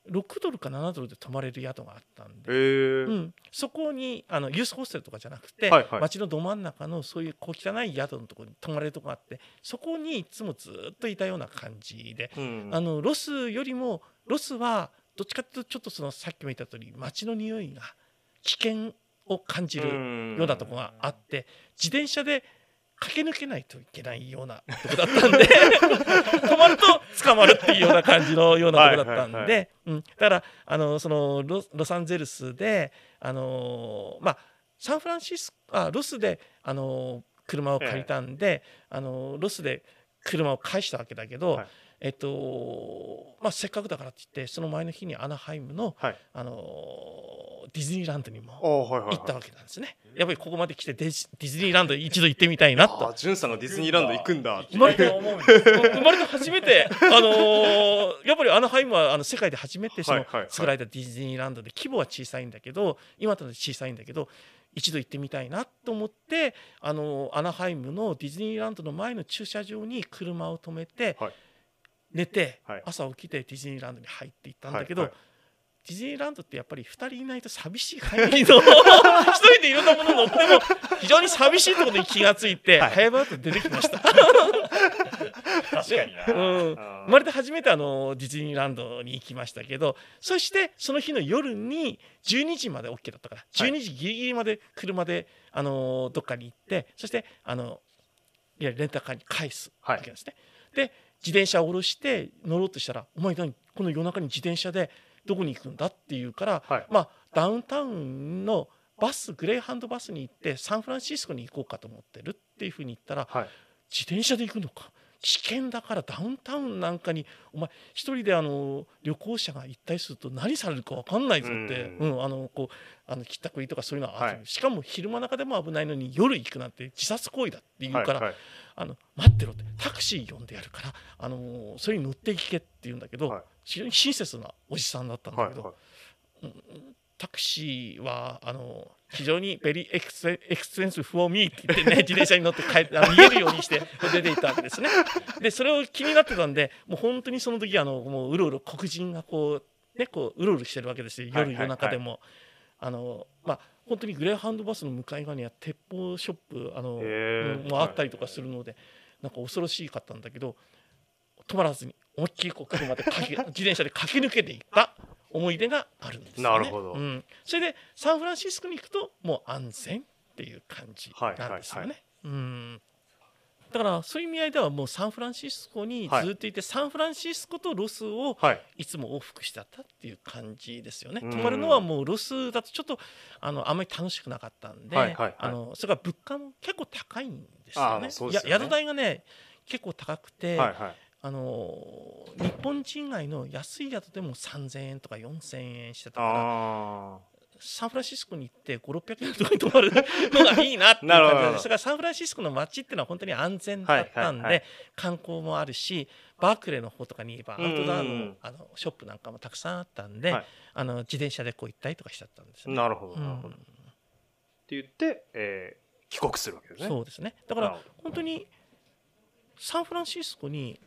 6ドルか7ドルで泊まれる宿があったんで、そこにユースホステルとかじゃなくて、街のど真ん中のそういう小汚い宿のところに泊まれるとこがあって、そこにいつもずっといたような感じで、ロスよりもロスはどっちかというとちょっとさっきも言った通り街の匂いが危険を感じるようなとこがあって、自転車で駆け抜けないといけないようなとこだったんで止まると捕まるっていうような感じのようなとこだったんで、だからロサンゼルスでサンフランシスコロスで車を借りたんで、ロスで車を返したわけだけど、せっかくだからって言ってその前の日にアナハイムの、ディズニーランドにも行ったわけなんですね。やっぱりここまで来てディズニーランド一度行ってみたいなと。 ジュンさんがディズニーランド行くんだって生まれて初めてやっぱりアナハイムは世界で初めて作られたディズニーランドで、規模は小さいんだけど今と小さいんだけど一度行ってみたいなと思ってアナハイムのディズニーランドの前の駐車場に車を止めて、寝て朝起きてディズニーランドに入っていったんだけど、ディズニーランドってやっぱり2人いないと寂しい限りの一人でいろんなもの乗っても非常に寂しいところに気がついて、早々と出てきました確かにな、 生まれて初めてディズニーランドに行きましたけど、そしてその日の夜に12時まで OK だったから12時ギリギリまで車でどっかに行って、そしてレンタカーに返すわけですね。で自転車を下ろして乗ろうとしたら、お前何この夜中に自転車でどこに行くんだっていうから、ダウンタウンのグレーハンドバスに行ってサンフランシスコに行こうかと思ってるっていうふうに言ったら、自転車で行くのか危険だからダウンタウンなんかにお前一人で旅行者が行ったりすると何されるか分かんないぞって、ひったくりとかそういうのはある、しかも昼間中でも危ないのに夜行くなんて自殺行為だって言うから、待ってろってタクシー呼んでやるからそれに乗っていけって言うんだけど、非常に親切なおじさんだったんだけど、タクシーは非常にベリーエクスペンスフォーミーって言ってね自転車に乗って逃げるようにして出ていったわけですね。でそれを気になってたんで、もう本当にその時はもううろうろ黒人がこううろうろしてるわけですよ、夜中でも。本当にグレーハンドバスの向かい側には鉄砲ショップもあったりとかするので、なんか恐ろしかったんだけど、止まらずに思いっきり車で自転車で駆け抜けていった思い出があるんですよね。 なるほど。 それでサンフランシスコに行くともう安全っていう感じなんですよね。だからそういう意味合いではもうサンフランシスコにずっといて、サンフランシスコとロスをいつも往復してたっていう感じですよね。泊まるのはもうロスだとちょっとあんまり楽しくなかったんで、それから物価も結構高いんですよね。宿代がね結構高くて、日本人街の安い宿でも3000円とか4000円してたから、サンフランシスコに行って5、600円のところに泊まるのがいいなっていう感じで、それからサンフランシスコの街っていうのは本当に安全だったんで、観光もあるし、バークレーの方とかに言えばアウトドアのショップなんかもたくさんあったんで、自転車でこう行ったりとかしちゃったんですよね。 なるほどなるほど。って言って帰国するわけですね。 そうですね。だから本当にサンフランシスコに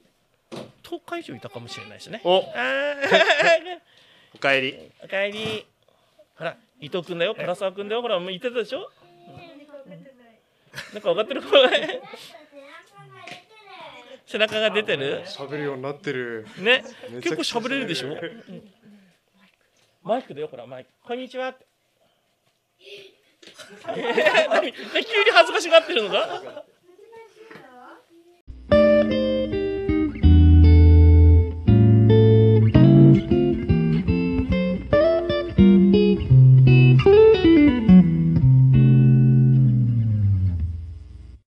10日以上いたかもしれないですね。 おかえり。 おかえり。ほら伊藤君だよ、唐沢君だよ、ほらもう言ってたでしょ。なんか分かってる？背中が出てる？ 喋るようになってる。 ね、結構喋れるでしょ。マイクだよ、ほらマイク。こんにちはって。急に恥ずかしがってるのか？